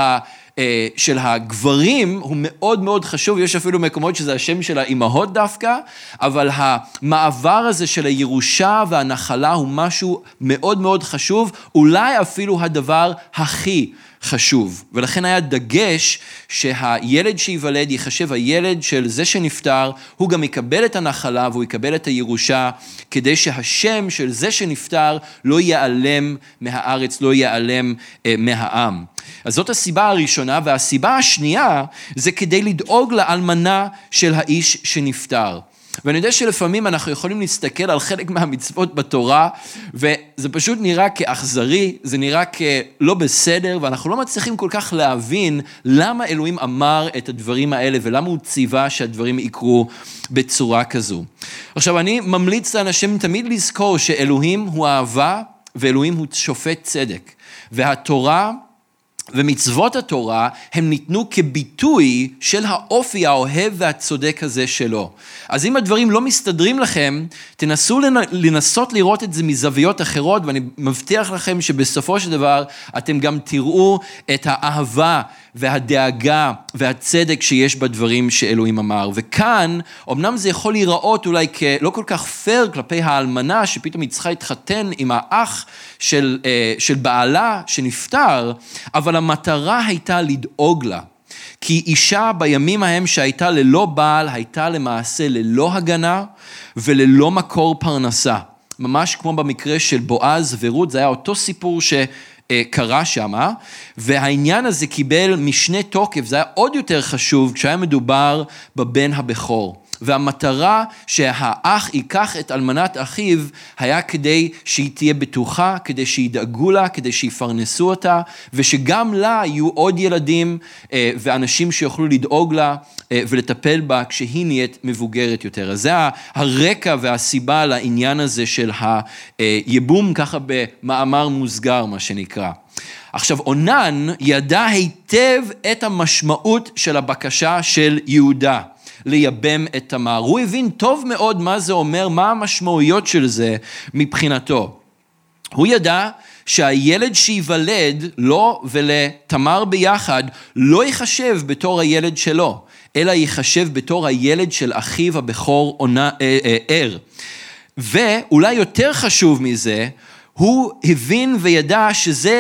של הגברים הוא מאוד מאוד חשוב, יש אפילו מקומות שזה השם של האימהות דווקא, אבל המעבר הזה של הירושה והנחלה הוא משהו מאוד מאוד חשוב, אולי אפילו הדבר הכי חשוב, ולכן היה דגש שהילד שיוולד יחשב הילד של זה שנפטר, הוא גם יקבל את הנחלה והוא יקבל את הירושה, כדי שהשם של זה שנפטר לא ייעלם מהארץ, לא ייעלם מהעם. אז זאת הסיבה הראשונה, והסיבה השנייה זה כדי לדאוג לאלמנה של האיש שנפטר. ואני יודע שלפעמים אנחנו יכולים להסתכל על חלק מהמצוות בתורה, וזה פשוט נראה כאכזרי, זה נראה כלא בסדר, ואנחנו לא מצליחים כל כך להבין למה אלוהים אמר את הדברים האלה, ולמה הוא ציווה שהדברים יקרו בצורה כזו. עכשיו, אני ממליץ לאנשים תמיד לזכור שאלוהים הוא אהבה, ואלוהים הוא שופט צדק. והתורה ומצוות התורה הם ניתנו כביטוי של האופי האוהב והצודק הזה שלו. אז אם הדברים לא מסתדרים לכם, תנסו לנסות לראות את זה מזוויות אחרות, ואני מבטיח לכם שבסופו של דבר אתם גם תראו את האהבה והדאגה והצדק שיש בדברים שאלוהים אמר. וכאן, אמנם זה יכול להיראות אולי כלא כל כך פייר כלפי האלמנה, שפתאום היא צריכה להתחתן עם האח של בעלה שנפטר, אבל המטרה הייתה לדאוג לה. כי אישה בימים ההם שהייתה ללא בעל, הייתה למעשה ללא הגנה וללא מקור פרנסה. ממש כמו במקרה של בועז ורות, זה היה אותו סיפור שקרה שם, והעניין הזה קיבל משנה תוקף, זה היה עוד יותר חשוב כשהיה מדובר בבן הבכור. והמטרה שהאח ייקח את אלמנת אחיו, היה כדי שהיא תהיה בטוחה, כדי שידאגו לה, כדי שיפרנסו אותה, ושגם לה יהיו עוד ילדים ואנשים שיוכלו לדאוג לה ולטפל בה כשהיא נהיית מבוגרת יותר. אז זה הרקע והסיבה לעניין הזה של הייבום, ככה במאמר מוסגר, מה שנקרא. עכשיו, אונן ידע היטב את המשמעות של הבקשה של יהודה לייבם את תמר. הוא הבין טוב מאוד מה זה אומר, מה המשמעויות של זה מבחינתו. הוא ידע שהילד שיוולד לו ולתמר ביחד לא יחשב בתור הילד שלו, אלא יחשב בתור הילד של אחיו הבכור ער. ואולי יותר חשוב מזה, הוא הבין וידע שזה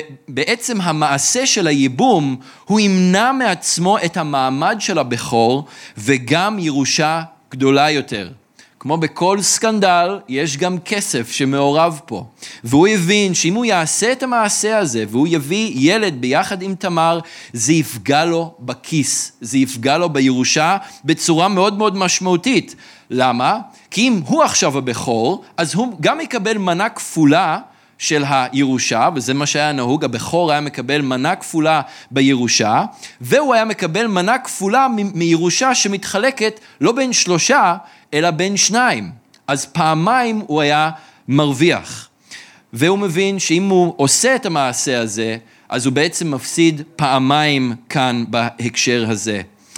בעצם המעשה של הייבום, הוא ימנע מעצמו את המעמד של הבכור וגם ירושה גדולה יותר. כמו בכל סקנדל, יש גם כסף שמעורב פה. והוא הבין שאם הוא יעשה את המעשה הזה, והוא יביא ילד ביחד עם תמר, זה יפגע לו בכיס, זה יפגע לו בירושה בצורה מאוד מאוד משמעותית. למה? כי אם הוא עכשיו הבכור, אז הוא גם יקבל מנה כפולה של הירושה, וזה מה שהיה נהוג, הבכור היה מקבל מנה כפולה בירושה, והוא היה מקבל מנה כפולה מירושה שמתחלקת לא בין 3, אלא בין 2. אז פעמיים הוא היה מרוויח. והוא מבין שאם הוא עושה את המעשה הזה, אז הוא בעצם מפסיד פעמיים כאן בהקשר הזה.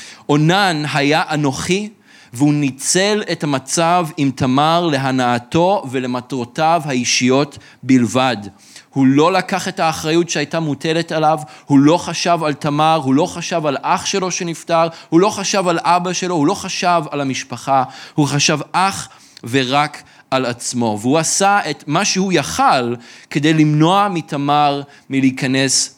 אונן היה אנוכי, והוא ניצל את המצב עם תמר להנאתו ולמטרותיו האישיות בלבד. הוא לא לקח את האחריות שהייתה מוטלת עליו, הוא לא חשב על תמר, הוא לא חשב על אח שלו שנפטר, הוא לא חשב על אבא שלו, הוא לא חשב על המשפחה, הוא חשב אך ורק על עצמו. והוא עשה את מה שהוא יכל כדי למנוע מתמר מלהיכנס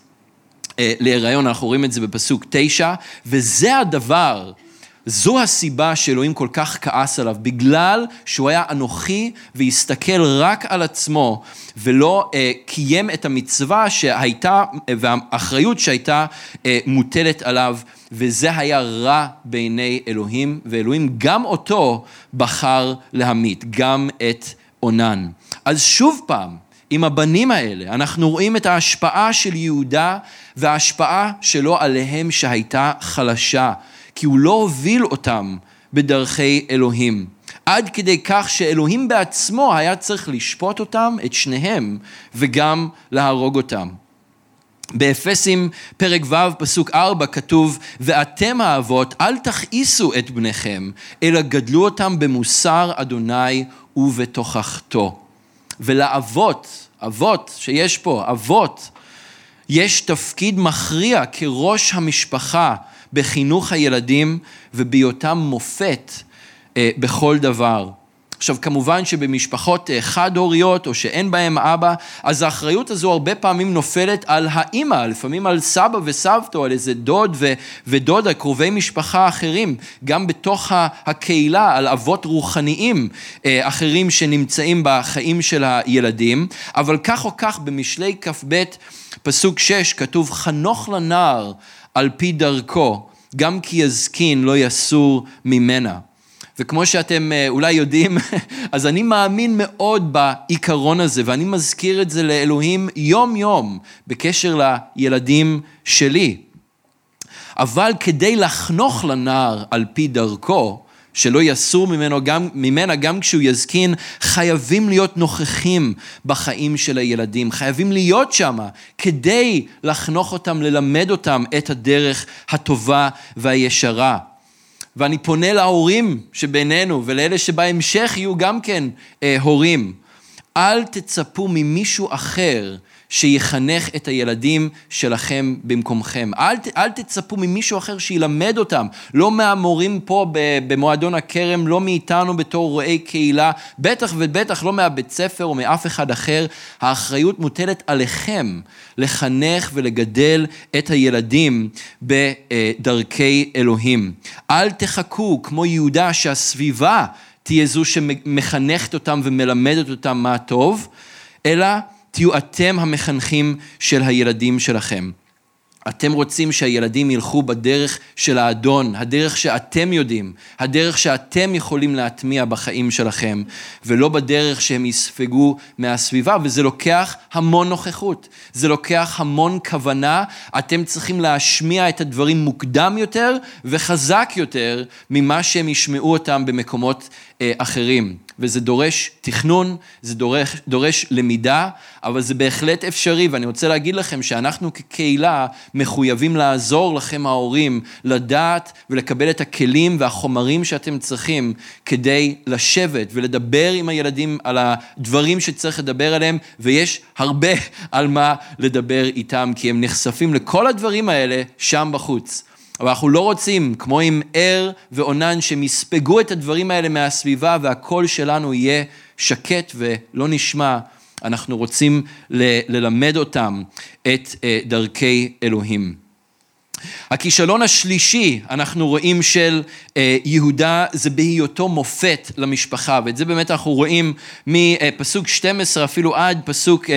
להיריון. אנחנו רואים את זה בפסוק 9, וזה הדבר, זו הסיבה שאלוהים כל כך כעס עליו, בגלל שהוא היה אנוכי והסתכל רק על עצמו, ולא קיים את המצווה שהייתה, והאחריות שהייתה מוטלת עליו, וזה היה רע בעיני אלוהים, ואלוהים גם אותו בחר להמית, גם את אונן. אז שוב פעם, עם הבנים האלה, אנחנו רואים את ההשפעה של יהודה, וההשפעה שלו עליהם שהייתה חלשה, כי הוא לא הוביל אותם בדרכי אלוהים. עד כדי כך שאלוהים בעצמו היה צריך לשפוט אותם, את שניהם, וגם להרוג אותם. באפסים פרק ו' פסוק 4 כתוב, ואתם האבות אל תכעיסו את בניכם, אלא גדלו אותם במוסר אדוני ובתוכחתו. ולאבות, אבות שיש פה, אבות, יש תפקיד מכריע כראש המשפחה, בחינוך הילדים ובהיותם מופת בכל דבר. עכשיו כמובן שבמשפחות חד-הוריות או שאין בהם אבא, אז האחריות הזו הרבה פעמים נופלת על האמא, לפעמים על סבא וסבתא, על איזה דוד ודודה, קרובי משפחה אחרים, גם בתוך הקהילה, על אבות רוחניים אחרים שנמצאים בחיים של הילדים, אבל כך או כך במשלי כ"ב פסוק 6 כתוב, חנוך לנער על פי דרכו, גם כי יזקין לא יסור ממנה. וכמו שאתם אולי יודעים, אז אני מאמין מאוד בעיקרון הזה, ואני מזכיר את זה לאלוהים יום יום, בקשר לילדים שלי. אבל כדי לחנוך לנער על פי דרכו, שלא יסור ממנה גם כשהוא יזקין, חייבים להיות נוכחים בחיים של הילדים, חייבים להיות שם כדי לחנוך אותם, ללמד אותם את הדרך הטובה והישרה. ואני פונה להורים שבינינו ולאלה שבהמשך יהיו גם כן הורים. אל תצפו ממישהו אחר שיחנך את הילדים שלכם במקומכם. אל תצפו ממישהו אחר שילמד אותם, לא מהמורים פה במועדון הכרם, לא מאיתנו בתור רואי קהילה, בטח ובטח לא מהבית ספר או מאף אחד אחר. האחריות מוטלת עליכם לחנך ולגדל את הילדים בדרכי אלוהים. אל תחכו כמו יהודה שהסביבה תהיה זו שמחנכת אותם ומלמדת אותם מה טוב, אלא תהיו אתם המחנכים של הילדים שלכם. אתם רוצים שהילדים ילכו בדרך של האדון, הדרך שאתם יודעים, הדרך שאתם יכולים להטמיע בחיים שלכם, ולא בדרך שהם יספגו מהסביבה, וזה לוקח המון נוכחות, זה לוקח המון כוונה, אתם צריכים להשמיע את הדברים מוקדם יותר וחזק יותר ממה שהם ישמעו אותם במקומות אחרים. וזה דורש תכנון, זה דורש למידה, אבל זה בהחלט אפשרי, ואני רוצה להגיד לכם שאנחנו כקהילה מחויבים לעזור לכם ההורים, לדעת ולקבל את הכלים והחומרים שאתם צריכים, כדי לשבת ולדבר עם הילדים על הדברים שצריך לדבר עליהם, ויש הרבה על מה לדבר איתם, כי הם נחשפים לכל הדברים האלה שם בחוץ. אבל אנחנו לא רוצים, כמו עם ער ועונן, שהם יספגו את הדברים האלה מהסביבה, והקול שלנו יהיה שקט ולא נשמע. אנחנו רוצים ללמד אותם את דרכי אלוהים. הכישלון השלישי, אנחנו רואים של יהודה, זה בהיותו מופת למשפחה, ואת זה באמת אנחנו רואים מפסוק 12 אפילו עד פסוק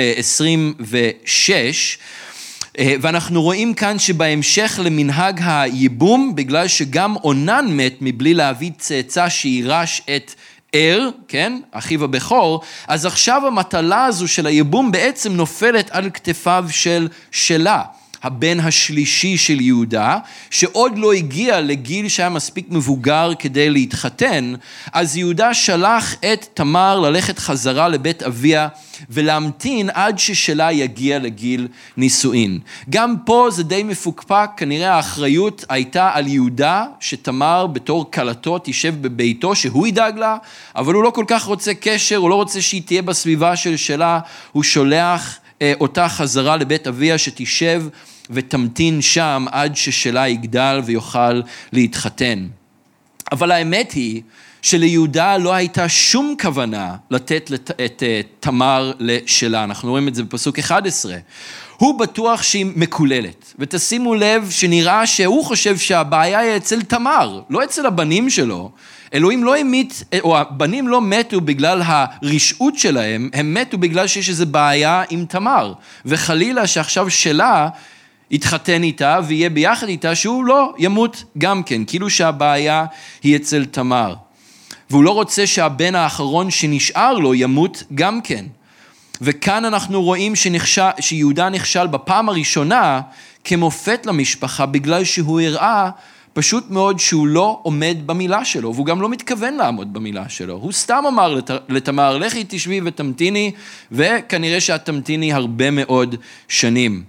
26, ואנחנו רואים כאן שבהמשך למנהג הייבום, בגלל שגם עונן מת מבלי להביא צאצא שירש את ער, כן, אחיו הבכור, אז עכשיו המטלה הזו של הייבום בעצם נופלת על כתפיו של שלה, הבן השלישי של יהודה, שעוד לא הגיע לגיל שהיה מספיק מבוגר כדי להתחתן, אז יהודה שלח את תמר ללכת חזרה לבית אביה, ולהמתין עד ששלה יגיע לגיל נישואין. גם פה זה די מפוקפק, כנראה האחריות הייתה על יהודה, שתמר בתור קלתו תשב בביתו, שהוא ידאג לה, אבל הוא לא כל כך רוצה קשר, הוא לא רוצה שהיא תהיה בסביבה של שלה, הוא שולח אותה חזרה לבית אביה שתשב ותמתין שם עד ששלה יגדל ויוכל להתחתן. אבל האמת היא שליהודה לא הייתה שום כוונה לתת את תמר לשלה. אנחנו רואים את זה בפסוק 11. הוא בטוח שהיא מקוללת, ותשימו לב שנראה שהוא חושב שהבעיה היא אצל תמר, לא אצל הבנים שלו. אלוהים לא המית, או הבנים לא מתו בגלל הרשעות שלהם, הם מתו בגלל שיש איזו בעיה עם תמר, וחלילה שעכשיו שלה יתחתן איתה ויהיה ביחד איתה, שהוא לא ימות גם כן, כאילו שהבעיה היא אצל תמר. והוא לא רוצה שהבן האחרון שנשאר לו ימות גם כן. וכאן אנחנו רואים שיהודה נכשל בפעם הראשונה כמופת למשפחה, בגלל שהוא הראה פשוט מאוד שהוא לא עומד במילה שלו, והוא גם לא מתכוון לעמוד במילה שלו. הוא סתם אמר לתמר, לכי תשבי ותמתיני, וכנראה שאת תמתיני הרבה מאוד שנים.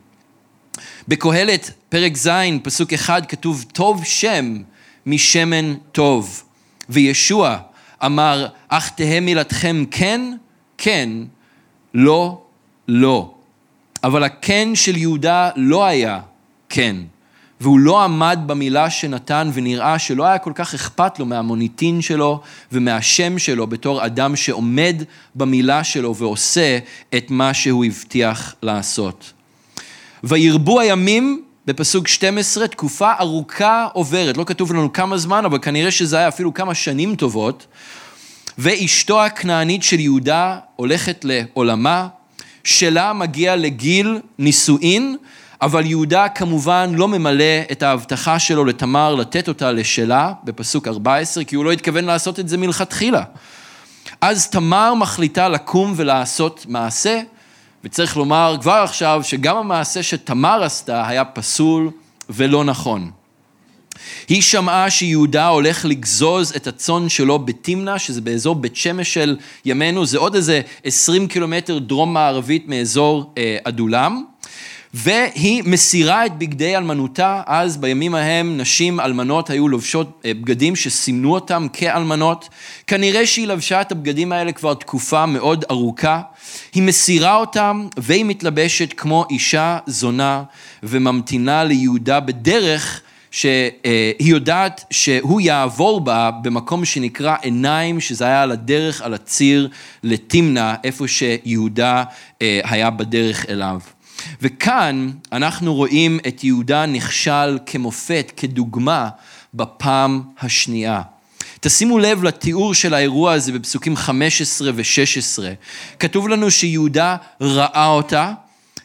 בקהלת, פרק ז', פסוק 1, כתוב, טוב שם משמן טוב. וישוע אמר, אך תהא מילתכם כן, כן, לא, לא. אבל הכן של יהודה לא היה כן. והוא לא עמד במילה שנתן, ונראה שלא היה כל כך אכפת לו מהמוניטין שלו ומהשם שלו בתור אדם שעומד במילה שלו ועושה את מה שהוא הבטיח לעשות. וירבו הימים, בפסוק 12, תקופה ארוכה עוברת, לא כתוב לנו כמה זמן, אבל כנראה שזה היה אפילו כמה שנים טובות, ואשתו הכנענית של יהודה הולכת לעולמה, שלה מגיע לגיל נישואין, אבל יהודה כמובן לא ממלא את ההבטחה שלו לתמר לתת אותה לשלה, בפסוק 14, כי הוא לא התכוון לעשות את זה מלכתחילה. אז תמר מחליטה לקום ולעשות מעשה, וצריך לומר כבר עכשיו שגם המעשה שתמר עשתה היה פסול ולא נכון. היא שמעה שיהודה הולך לגזוז את הצאן שלו בתימנה, שזה באזור בית שמש של ימינו, זה עוד איזה 20 קילומטר דרום מערבית מאזור אדולם, והיא מסירה את בגדי אלמנותה. אז בימים ההם נשים אלמנות היו לובשות בגדים שסימנו אותם כאלמנות, כנראה שהיא לבשה את הבגדים האלה כבר תקופה מאוד ארוכה, היא מסירה אותם והיא מתלבשת כמו אישה זונה וממתינה ליהודה בדרך שהיא יודעת שהוא יעבור בה במקום שנקרא עיניים, שזה היה על הדרך, על הציר לתימנה, איפה שיהודה היה בדרך אליו. וכאן אנחנו רואים את יהודה נכשל כמופת, כדוגמה בפעם השנייה. תשימו לב לתיאור של האירוע הזה בפסוקים 15 ו-16. כתוב לנו שיהודה ראה אותה,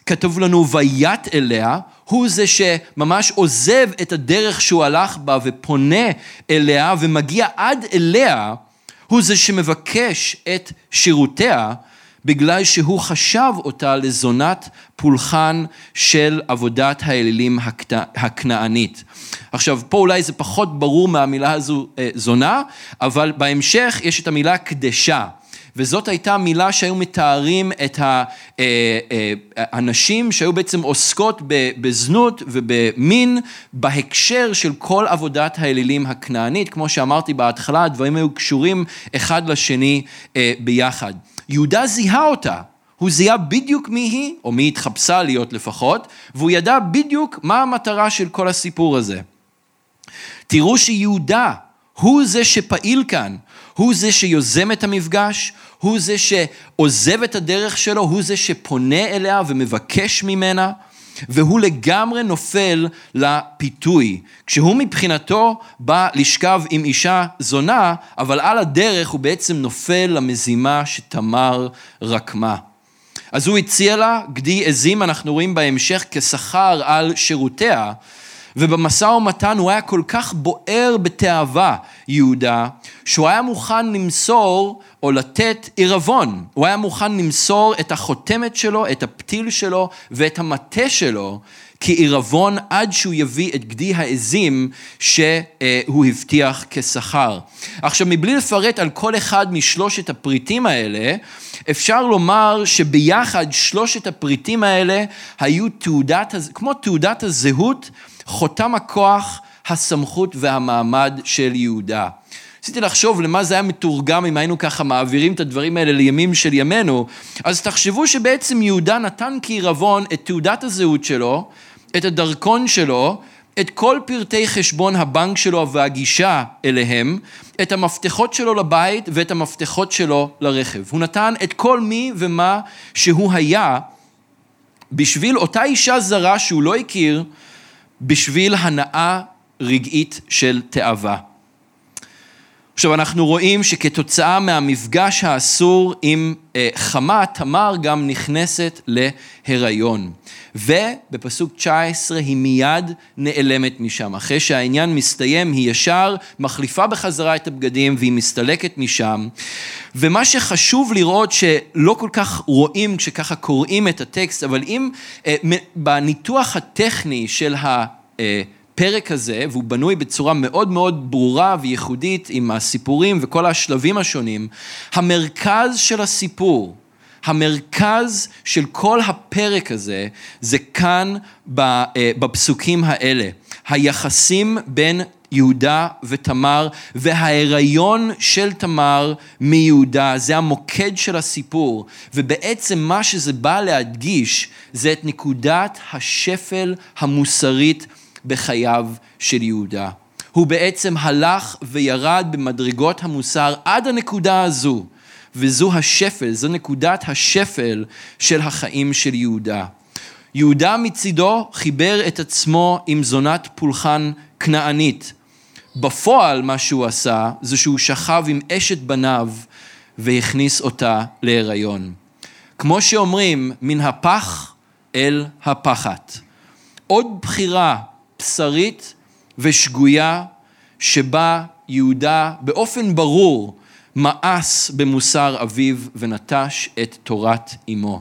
כתוב לנו וית אליה, הוא זה שממש עוזב את הדרך שהוא הלך בה ופונה אליה ומגיע עד אליה, הוא זה שמבקש את שירותיה, בגלל שהוא חשב אותה לזונת פולחן של עבודת האלילים הכנענית. עכשיו, פה אולי זה פחות ברור מהמילה הזו זונה, אבל בהמשך יש את המילה קדשה, וזאת הייתה מילה שהיו מתארים את האנשים שהיו בעצם עוסקות בזנות ובמין בהקשר של כל עבודת האלילים הכנענית, כמו שאמרתי בהתחלה, הדברים היו קשורים אחד לשני ביחד. יהודה זיהה אותה, הוא זיהה בדיוק מי היא, או מי התחפשה להיות לפחות, והוא ידע בדיוק מה המטרה של כל הסיפור הזה. תראו שיהודה הוא זה שפעיל כאן, הוא זה שיוזם את המפגש, הוא זה שעוזב את הדרך שלו, הוא זה שפונה אליה ומבקש ממנה, והוא לגמרי נופל לפיתוי. כשהוא מבחינתו בא לשכב עם אישה זונה, אבל על הדרך הוא בעצם נופל למזימה שתמר רקמה. אז הוא הציע לה גדי עזים, אנחנו רואים בהמשך כשכר על שירותיה, ובמשא ומתן הוא היה כל כך בוער בתאווה, יהודה, שהוא היה מוכן למסור או לתת עירבון. הוא היה מוכן למסור את החותמת שלו, את הפתיל שלו ואת המטה שלו, כעירבון עד שהוא יביא את גדי העזים שהוא הבטיח כשכר. עכשיו, מבלי לפרט על כל אחד משלושת הפריטים האלה, אפשר לומר שביחד שלושת הפריטים האלה היו כמו תעודת הזהות, חותם הכוח, הסמכות והמעמד של יהודה. רציתי לחשוב למה זה היה מתורגם אם היינו ככה מעבירים את הדברים האלה לימים של ימינו, אז תחשבו שבעצם יהודה נתן כעירבון את תעודת הזהות שלו, את הדרכון שלו, את כל פרטי חשבון הבנק שלו והגישה אליהם, את המפתחות שלו לבית ואת המפתחות שלו לרכב. הוא נתן את כל מי ומה שהוא היה, בשביל אותה אישה זרה שהוא לא הכיר, בשביל הנאה רגעית של תאווה. עכשיו אנחנו רואים שכתוצאה מהמפגש האסור עם חמה, תמר גם נכנסת להיריון. ובפסוק 19 היא מיד נעלמת משם. אחרי שהעניין מסתיים היא ישר מחליפה בחזרה את הבגדים והיא מסתלקת משם. ומה שחשוב לראות שלא כל כך רואים כשככה קוראים את הטקסט, אבל אם בניתוח הטכני של הפרק הזה, והוא בנוי בצורה מאוד מאוד ברורה וייחודית עם הסיפורים וכל השלבים השונים, המרכז של הסיפור, המרכז של כל הפרק הזה, זה כאן בפסוקים האלה. היחסים בין יהודה ותמר, וההיריון של תמר מיהודה, זה המוקד של הסיפור, ובעצם מה שזה בא להדגיש, זה את נקודת השפל המוסרית בחייו של יהודה. הוא בעצם הלך וירד במדרגות המוסר עד הנקודה הזו, וזו השפל, זו נקודת השפל של החיים של יהודה. יהודה מצידו חיבר את עצמו עם זונת פולחן כנענית. בפועל מה שהוא עשה, זה שהוא שכב עם אשת בניו והכניס אותה להיריון. כמו שאומרים, מן הפח אל הפחת. עוד בחירה בשרית ושגויה שבה יהודה באופן ברור מאס במוסר אביו ונטש את תורת אמו.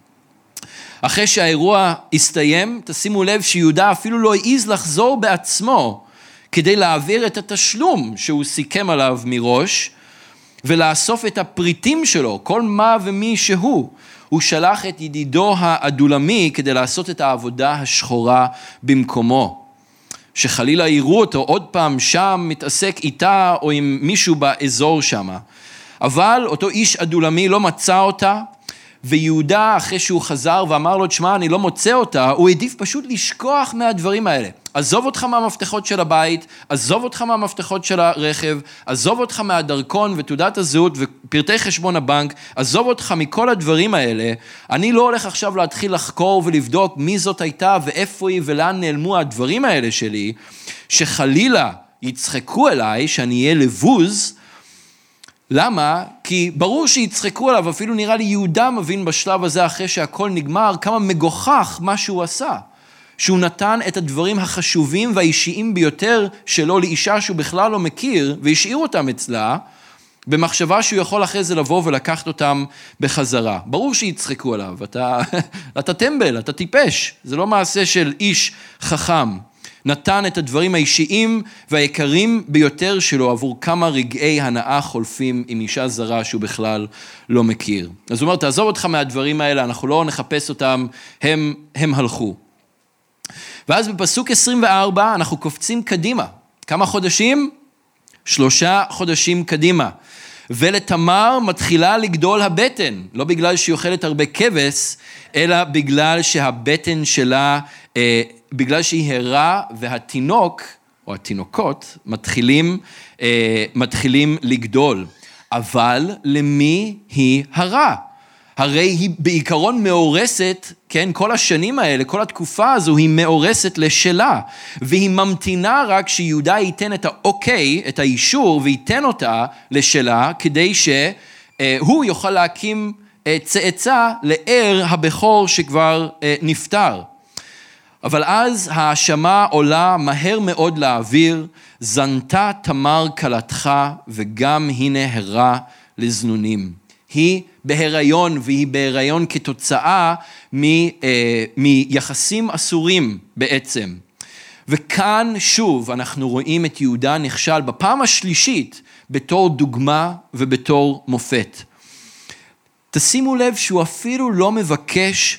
אחרי שהאירוע הסתיים, תשימו לב שיהודה אפילו לא העז לחזור בעצמו כדי להעביר את התשלום שהוא סיכם עליו מראש ולאסוף את הפריטים שלו, כל מה ומי שהוא. הוא שלח את ידידו האדולמי כדי לעשות את העבודה השחורה במקומו. שחלילה יראו אותו עוד פעם שם מתעסק איתה או עם מישהו באזור שם. אבל אותו איש אדולמי לא מצא אותה, ויהודה אחרי שהוא חזר ואמר לו, תשמע, אני לא מוצא אותה, הוא העדיף פשוט לשכוח מהדברים האלה. עזוב אותך מהמפתחות של הבית, עזוב אותך מהמפתחות של הרכב, עזוב אותך מהדרכון ותעודת הזהות ופרטי חשבון הבנק, עזוב אותך מכל הדברים האלה. אני לא הולך עכשיו להתחיל לחקור ולבדוק מי זאת הייתה ואיפה היא ולאן נעלמו הדברים האלה שלי, שחלילה יצחקו אליי שאני אהיה לבוז. למה? כי ברור שיצחקו עליו, אפילו נראה לי יהודה מבין בשלב הזה אחרי שהכל נגמר, כמה מגוחך מה שהוא עשה. שהוא נתן את הדברים החשובים והאישיים ביותר שלו לאישה שהוא בכלל לא מכיר, והשאיר אותם אצלה, במחשבה שהוא יכול אחרי זה לבוא ולקחת אותם בחזרה. ברור שיצחקו עליו, אתה טמבל, אתה טיפש, זה לא מעשה של איש חכם. נתן את הדברים האישיים והיקרים ביותר שלו עבור כמה רגעי הנאה חולפים עם אישה זרה שהוא בכלל לא מכיר. אז הוא אומר, תעזוב אותך מהדברים האלה, אנחנו לא נחפש אותם, הם הלכו. ואז בפסוק 24 אנחנו קופצים קדימה. כמה חודשים? 3 חודשים קדימה. ולתמר מתחילה לגדול הבטן, לא בגלל שהיא אוכלת הרבה כבש, אלא בגלל שהבטן שלה, בגלל שהיא הרה והתינוק, או התינוקות, מתחילים לגדול. אבל למי היא הרה? הרי היא בעיקרון מאורסת, כן, כל השנים האלה, כל התקופה הזו היא מאורסת לשלה, והיא ממתינה רק שיהודה ייתן את האוקיי, את האישור, וייתן אותה לשלה, כדי שהוא יוכל להקים צאצא לער הבכור שכבר נפטר. אבל אז האשמה עולה מהר מאוד לאוויר, זנתה תמר כלתך, וגם היא נהרה לזנונים. היא בהיריון, והיא בהיריון כתוצאה מיחסים אסורים בעצם. וכאן שוב אנחנו רואים את יהודה נכשל בפעם השלישית בתור דוגמה ובתור מופת. תשימו לב שהוא אפילו לא מבקש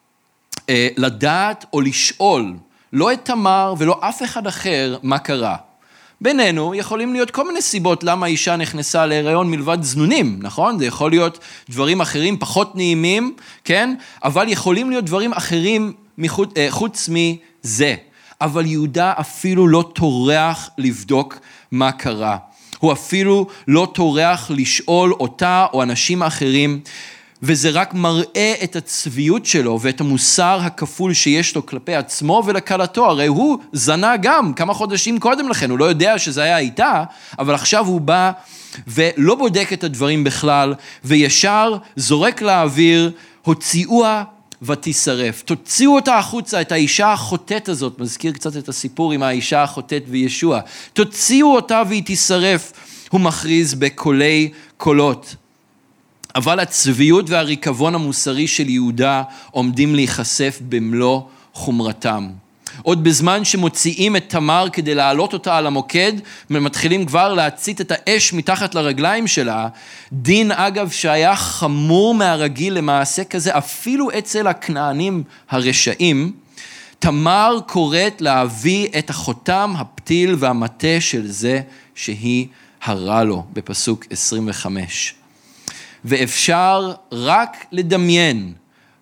לדעת או לשאול, לא את תמר ולא אף אחד אחר מה קרה. בינינו יכולים להיות כל מיני סיבות למה האישה נכנסה להיריון מלבד זנונים, נכון? זה יכול להיות דברים אחרים פחות נעימים, כן? אבל יכולים להיות דברים אחרים חוץ מזה. אבל יהודה אפילו לא טורח לבדוק מה קרה. הוא אפילו לא טורח לשאול אותה או אנשים אחרים, וזה רק מראה את הצביעות שלו ואת המוסר הכפול שיש לו כלפי עצמו ולכלתו. הרי הוא זנה גם כמה חודשים קודם לכן, הוא לא יודע שזה היה איתה, אבל עכשיו הוא בא ולא בודק את הדברים בכלל, וישר זורק לאוויר, הוציאוה ותשרף. תוציאו אותה החוצה, את האישה החוטאת הזאת, מזכיר קצת את הסיפור עם האישה החוטאת וישוע. תוציאו אותה והיא תשרף, הוא מכריז בקולי קולות. אבל הצביעות והריקבון המוסרי של יהודה עומדים להיחשף במלוא חומרתם. עוד בזמן שמוציאים את תמר כדי להעלות אותה על המוקד, מתחילים כבר להצית את האש מתחת לרגליים שלה, דין אגב שהיה חמור מהרגיל למעשה כזה, אפילו אצל הכנענים הרשעים, תמר קוראת להביא את החותם, הפתיל והמטה של זה שהיא הרע לו, בפסוק 25. ואפשר רק לדמיין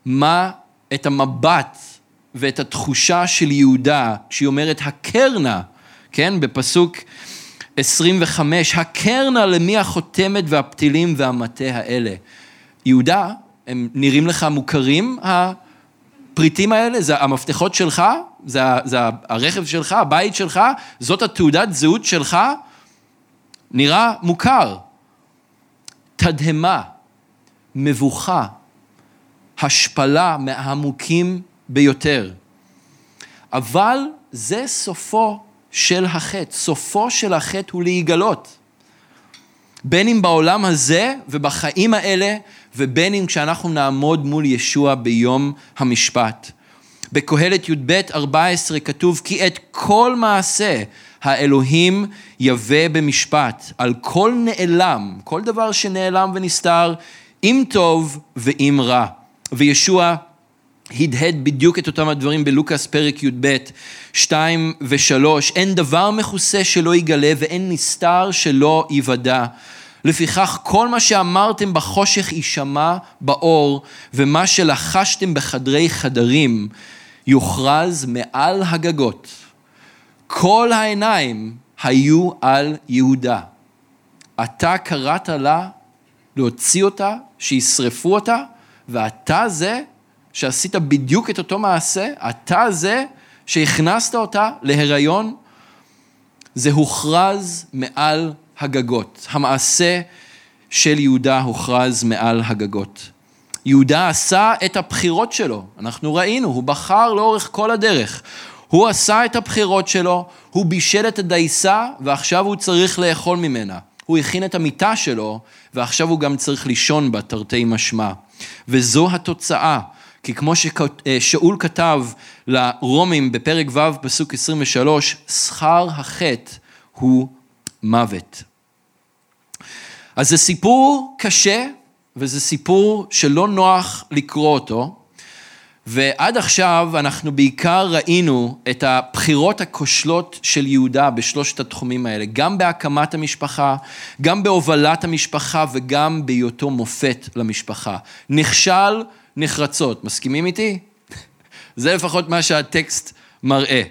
את המבט ואת התחושה של יהודה, כשהיא אומרת הקרנה, כן, בפסוק 25, הקרנה למי החותמת והפתילים והמטה האלה. יהודה, הם נראים לך מוכרים, הפריטים האלה, זה המפתחות שלך, זה הרכב שלך, הבית שלך, זאת התעודת זהות שלך, נראה מוכר. תדהמה, מבוכה, השפלה מהעמוקים ביותר. אבל זה סופו של החטא. סופו של החטא הוא להיגלות. בין אם בעולם הזה ובחיים האלה, ובין אם כשאנחנו נעמוד מול ישוע ביום המשפט. בקהלת י"ב 14 כתוב, כי את כל מעשה האלוהים יבא במשפט, על כל נעלם, כל דבר שנעלם ונסתר, אם טוב ואם רע. וישוע הדהד בדיוק את אותם הדברים בלוקס פרק י"ב 2 ו3, אין דבר מכוסה שלא יגלה ואין נסתר שלא יוודע. לפיכך כל מה שאמרתם בחושך יישמע באור, ומה שלחשתם בחדרי חדרים יוכרז מעל הגגות. כל העיניים היו על יהודה. אתה קראת לה להוציא אותה, שישרפו אותה, ואתה זה שעשית בדיוק את אותו מעשה, אתה זה שהכנסת אותה להיריון, זה הוכרז מעל הגגות. המעשה של יהודה הוכרז מעל הגגות. יהודה עשה את הבחירות שלו, אנחנו ראינו, הוא בחר לאורך כל הדרך. הוא עשה את הבחירות שלו, הוא בישל את הדייסה, ועכשיו הוא צריך לאכול ממנה. הוא הכין את המיטה שלו, ועכשיו הוא גם צריך לישון בה, תרתי משמע. וזו התוצאה, כי כמו ששאול כתב לרומים בפרק ו' פסוק 23, שכר החטא הוא מוות. אז זה סיפור קשה, וזה סיפור שלא נוח לקרוא אותו, ועד עכשיו אנחנו בעיקר ראינו את הבחירות הכושלות של יהודה בשלושת התחומים האלה, גם בהקמת המשפחה, גם בהובלת המשפחה וגם בהיותו מופת למשפחה. נכשל נחרצות, מסכימים איתי? זה לפחות מה שהטקסט מראה.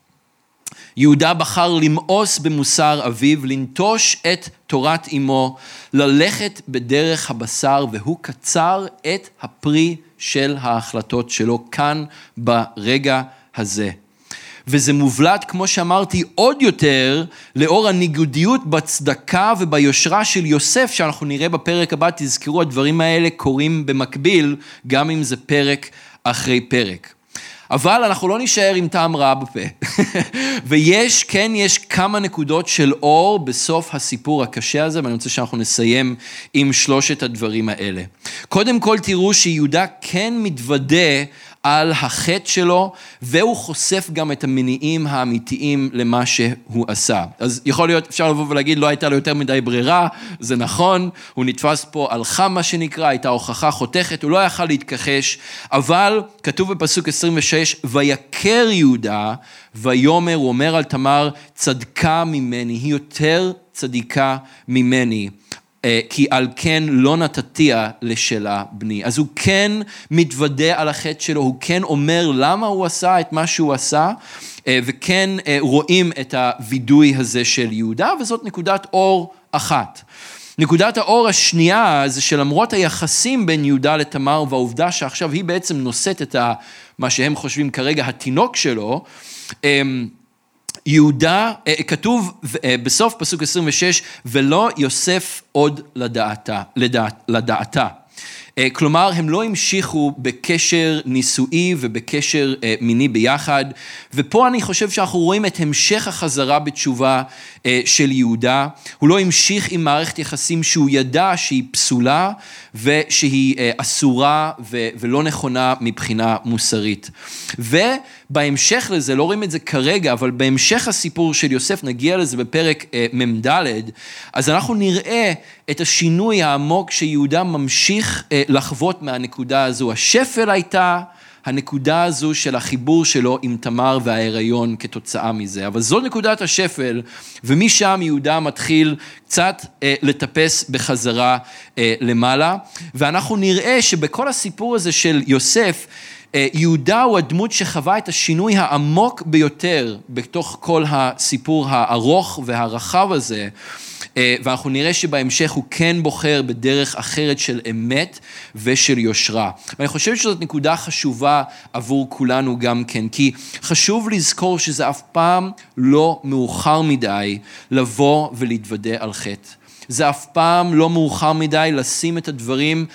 יהודה בחר למאוס במוסר אביו, לנטוש את תורת אמו, ללכת בדרך הבשר, והוא קצר את הפרי של ההחלטות שלו כאן ברגע הזה. וזה מובלט, כמו שאמרתי, עוד יותר לאור הניגודיות בצדקה וביושרה של יוסף, שאנחנו נראה בפרק הבא, תזכרו, הדברים האלה קורים במקביל, גם אם זה פרק אחרי פרק. אבל אנחנו לא נשאר עם טעם רע בפה. ויש כמה נקודות של אור בסוף הסיפור הקשה הזה, ואני רוצה שאנחנו נסיים עם שלושת הדברים האלה. קודם כל תראו שיהודה כן מתוודה על החטא שלו, והוא חושף גם את המניעים האמיתיים למה שהוא עשה. אז יכול להיות, אפשר לבוא ולהגיד, לא הייתה לו יותר מדי ברירה, זה נכון, הוא נתפס פה על חם מה שנקרא, הייתה הוכחה חותכת, הוא לא יכל להתכחש, אבל כתוב בפסוק 26, ויקר יהודה, ויאמר, הוא אומר על תמר, צדקה ממני, היא יותר צדיקה ממני. כי על כן לא נתתיה לשלה בני. אז הוא כן מתוודה על החטא שלו, הוא כן אומר למה הוא עשה את מה שהוא עשה, וכן רואים את הוידוי הזה של יהודה, וזאת נקודת אור אחת. נקודת האור השנייה זה שלמרות היחסים בין יהודה לתמר, והעובדה שעכשיו היא בעצם נושאת את מה שהם חושבים כרגע התינוק שלו, יהודה, כתוב בסוף פסוק 26, ולא יוסף עוד לדעתה. כלומר, הם לא המשיכו בקשר נישואי ובקשר מיני ביחד, ופה אני חושב שאנחנו רואים את המשך החזרה בתשובה של יהודה. הוא לא המשיך עם מערכת יחסים שהוא ידע שהיא פסולה, ושהיא אסורה ולא נכונה מבחינה מוסרית. ובהמשך לזה, לא רואים את זה כרגע, אבל בהמשך הסיפור של יוסף, נגיע לזה בפרק ממד, אז אנחנו נראה את השינוי העמוק שיהודה ממשיך לחוות מהנקודה הזו. השפל הייתה הנקודה הזו של החיבור שלו עם תמר וההיריון כתוצאה מזה. אבל זו נקודת השפל, ומשם יהודה מתחיל קצת לטפס בחזרה למעלה. ואנחנו נראה שבכל הסיפור הזה של יוסף, יהודה הוא הדמות שחווה את השינוי העמוק ביותר בתוך כל הסיפור הארוך והרחב הזה, ואנחנו נראה שבהמשך הוא כן בוחר בדרך אחרת של אמת ושל יושרה. ואני חושב שזאת נקודה חשובה עבור כולנו גם כן, כי חשוב לזכור שזה אף פעם לא מאוחר מדי לבוא ולהתוודע על חטא. זה אף פעם לא מאוחר מדי לשים את הדברים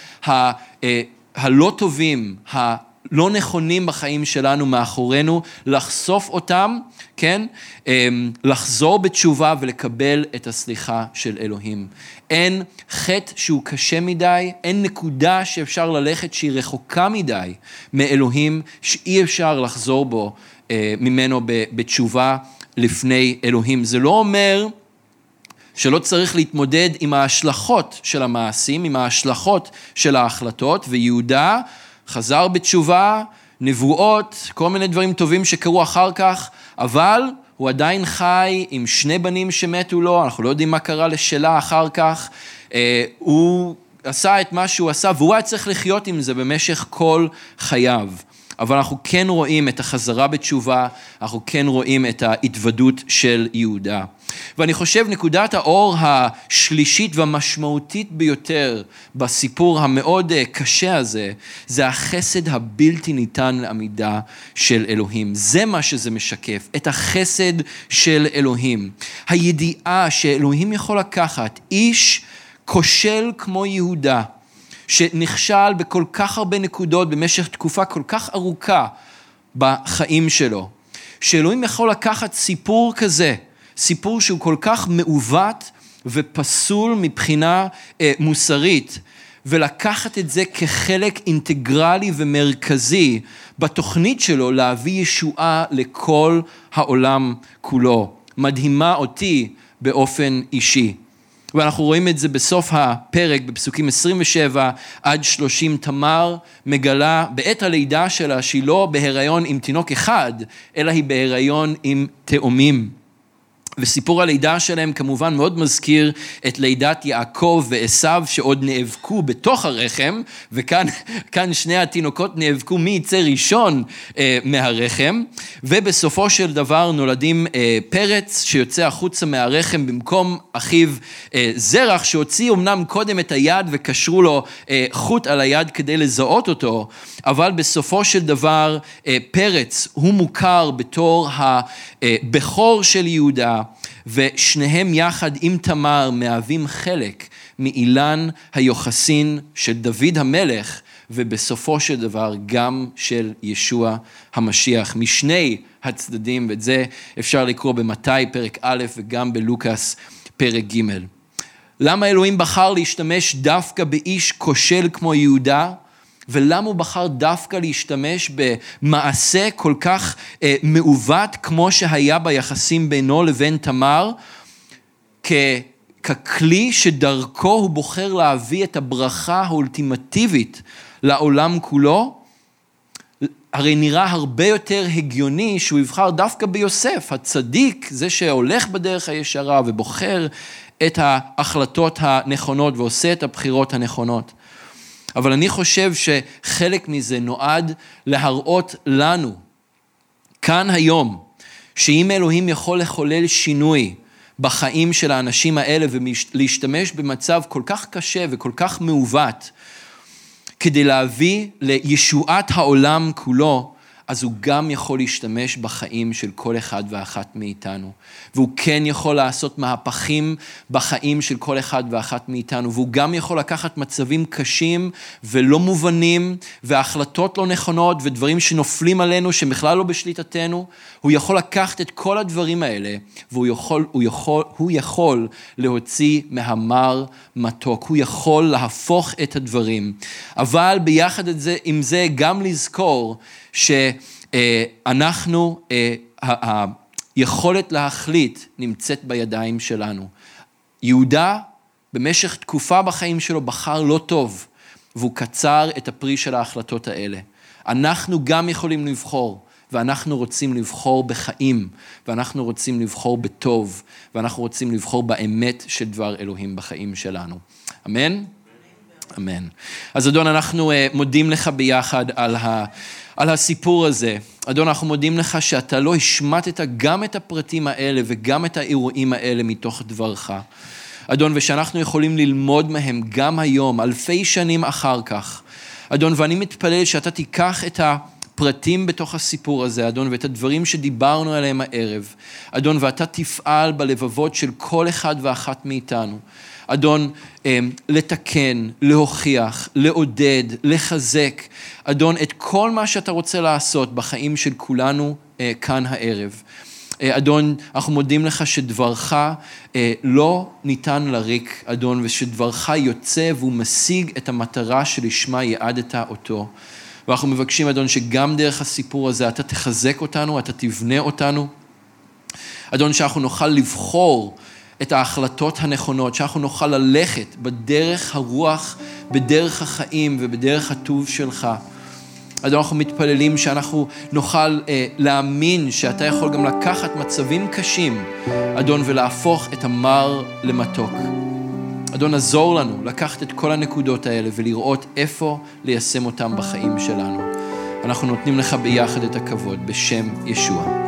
הלא טובים, לא נכונים בחיים שלנו מאחורינו, לחשוף אותם, כן? לחזור בתשובה ולקבל את הסליחה של אלוהים. אין חטא שהוא קשה מדי, אין נקודה שאפשר ללכת שהיא רחוקה מדי מאלוהים, שאי אפשר לחזור ממנו בתשובה לפני אלוהים. זה לא אומר שלא צריך להתמודד עם ההשלכות של המעשים, עם ההשלכות של ההחלטות, ויהודה חזר בתשובה, נבואות, כל מיני דברים טובים שקרו אחר כך, אבל הוא עדיין חי עם שני בנים שמתו לו, אנחנו לא יודעים מה קרה לשלה אחר כך, הוא עשה את מה שהוא עשה, והוא היה צריך לחיות עם זה במשך כל חייו. אבל אנחנו כן רואים את החזרה בתשובה, אנחנו כן רואים את ההתוודות של יהודה. ואני חושב נקודת האור השלישית והמשמעותית ביותר בסיפור המאוד קשה הזה, זה החסד הבלתי ניתן לעמידה של אלוהים. זה מה שזה משקף, את החסד של אלוהים. הידיעה שאלוהים יכול לקחת איש כושל כמו יהודה, שנכשל בכל כך הרבה נקודות במשך תקופה כל כך ארוכה בחיים שלו, שאלוהים יכול לקחת סיפור כזה, סיפור שהוא כל כך מעוות ופסול מבחינה מוסרית, ולקחת את זה כחלק אינטגרלי ומרכזי בתוכנית שלו להביא ישועה לכל העולם כולו. מדהימה אותי באופן אישי. ואנחנו רואים את זה בסוף הפרק, בפסוקים 27 עד 30, תמר מגלה בעת הלידה שלה שהיא לא בהיריון עם תינוק אחד, אלא היא בהיריון עם תאומים. וסיפור הלידה שלהם כמובן מאוד מזכיר את לידת יעקב ועשיו שעוד נאבקו בתוך הרחם, וכאן שני התינוקות נאבקו מי יצא ראשון מהרחם, ובסופו של דבר נולדים פרץ שיוצא החוצה מהרחם במקום אחיו זרח, שהוציא אמנם קודם את היד וקשרו לו חוט על היד כדי לזהות אותו, אבל בסופו של דבר פרץ הוא מוכר בתור הבכור של יהודה, ושניהם יחד עם תמר מהווים חלק מאילן היוחסין של דוד המלך, ובסופו של דבר גם של ישוע המשיח, משני הצדדים, ואת זה אפשר לקרוא במתי פרק א' וגם בלוקאס פרק ג'. למה אלוהים בחר להשתמש דווקא באיש כושל כמו יהודה? ולמה הוא בחר דווקא להשתמש במעשה כל כך מעוות כמו שהיה ביחסים בינו לבין תמר, ככלי שדרכו הוא בוחר להביא את הברכה האולטימטיבית לעולם כולו? הרי נראה הרבה יותר הגיוני שהוא יבחר דווקא ביוסף, הצדיק, זה שהולך בדרך הישרה ובוחר את ההחלטות הנכונות ועושה את הבחירות הנכונות. אבל אני חושב שחלק מזה נועד להראות לנו, כאן היום, שאם אלוהים יכול לחולל שינוי בחיים של האנשים האלה, ולהשתמש במצב כל כך קשה וכל כך מעוות, כדי להביא לישועת העולם כולו, אז הוא גם יכול להשתמש בחיים של כל אחד ואחת מאיתנו. והוא כן יכול לעשות מהפכים בחיים של כל אחד ואחת מאיתנו. והוא גם יכול לקחת מצבים קשים ולא מובנים, והחלטות לא נכונות, ודברים שנופלים עלינו שבכלל לא בשליטתנו. הוא יכול לקחת את כל הדברים האלה, והוא יכול להוציא מהמר מתוק. הוא יכול להפוך את הדברים. אבל ביחד עם זה גם לזכור שאנחנו, היכולת להחליט נמצאת בידיים שלנו. יהודה במשך תקופה בחיים שלו בחר לא טוב, והוא קצר את הפרי של ההחלטות האלה. אנחנו גם יכולים לבחור, ואנחנו רוצים לבחור בחיים, ואנחנו רוצים לבחור בטוב, ואנחנו רוצים לבחור באמת של דבר אלוהים בחיים שלנו. אמן? אמן. אז אדון, אנחנו מודים לך ביחד על הסיפור הזה. אדון, אנחנו מודים לך שאתה לא השמטת גם את הפרטים האלה וגם את האירועים האלה מתוך דברך. אדון, ושאנחנו יכולים ללמוד מהם גם היום, אלפי שנים אחר כך. אדון, ואני מתפלל שאתה תיקח את הפרטים בתוך הסיפור הזה, אדון, ואת הדברים שדיברנו עליהם הערב. אדון, ואתה תפעל בלבבות של כל אחד ואחת מאיתנו. אדון, לתקן, להוכיח, לעודד, לחזק, אדון, את כל מה שאתה רוצה לעשות בחיים של כולנו כאן הערב. אדון, אנחנו מודים לך שדברך לא ניתן לריק, אדון, ושדברך יוצא והוא משיג את המטרה שלשמה יעדת אותו. ואנחנו מבקשים, אדון, שגם דרך הסיפור הזה אתה תחזק אותנו, אתה תבנה אותנו. אדון, שאנחנו נוכל לבחור את ההחלטות הנכונות, שאנחנו נוכל ללכת בדרך הרוח, בדרך החיים ובדרך הטוב שלך. אדון, אנחנו מתפללים שאנחנו נוכל להאמין שאתה יכול גם לקחת מצבים קשים, אדון, ולהפוך את המר למתוק. אדון, עזור לנו לקחת את כל הנקודות האלה ולראות איפה ליישם אותם בחיים שלנו. אנחנו נותנים לך ביחד את הכבוד בשם ישוע.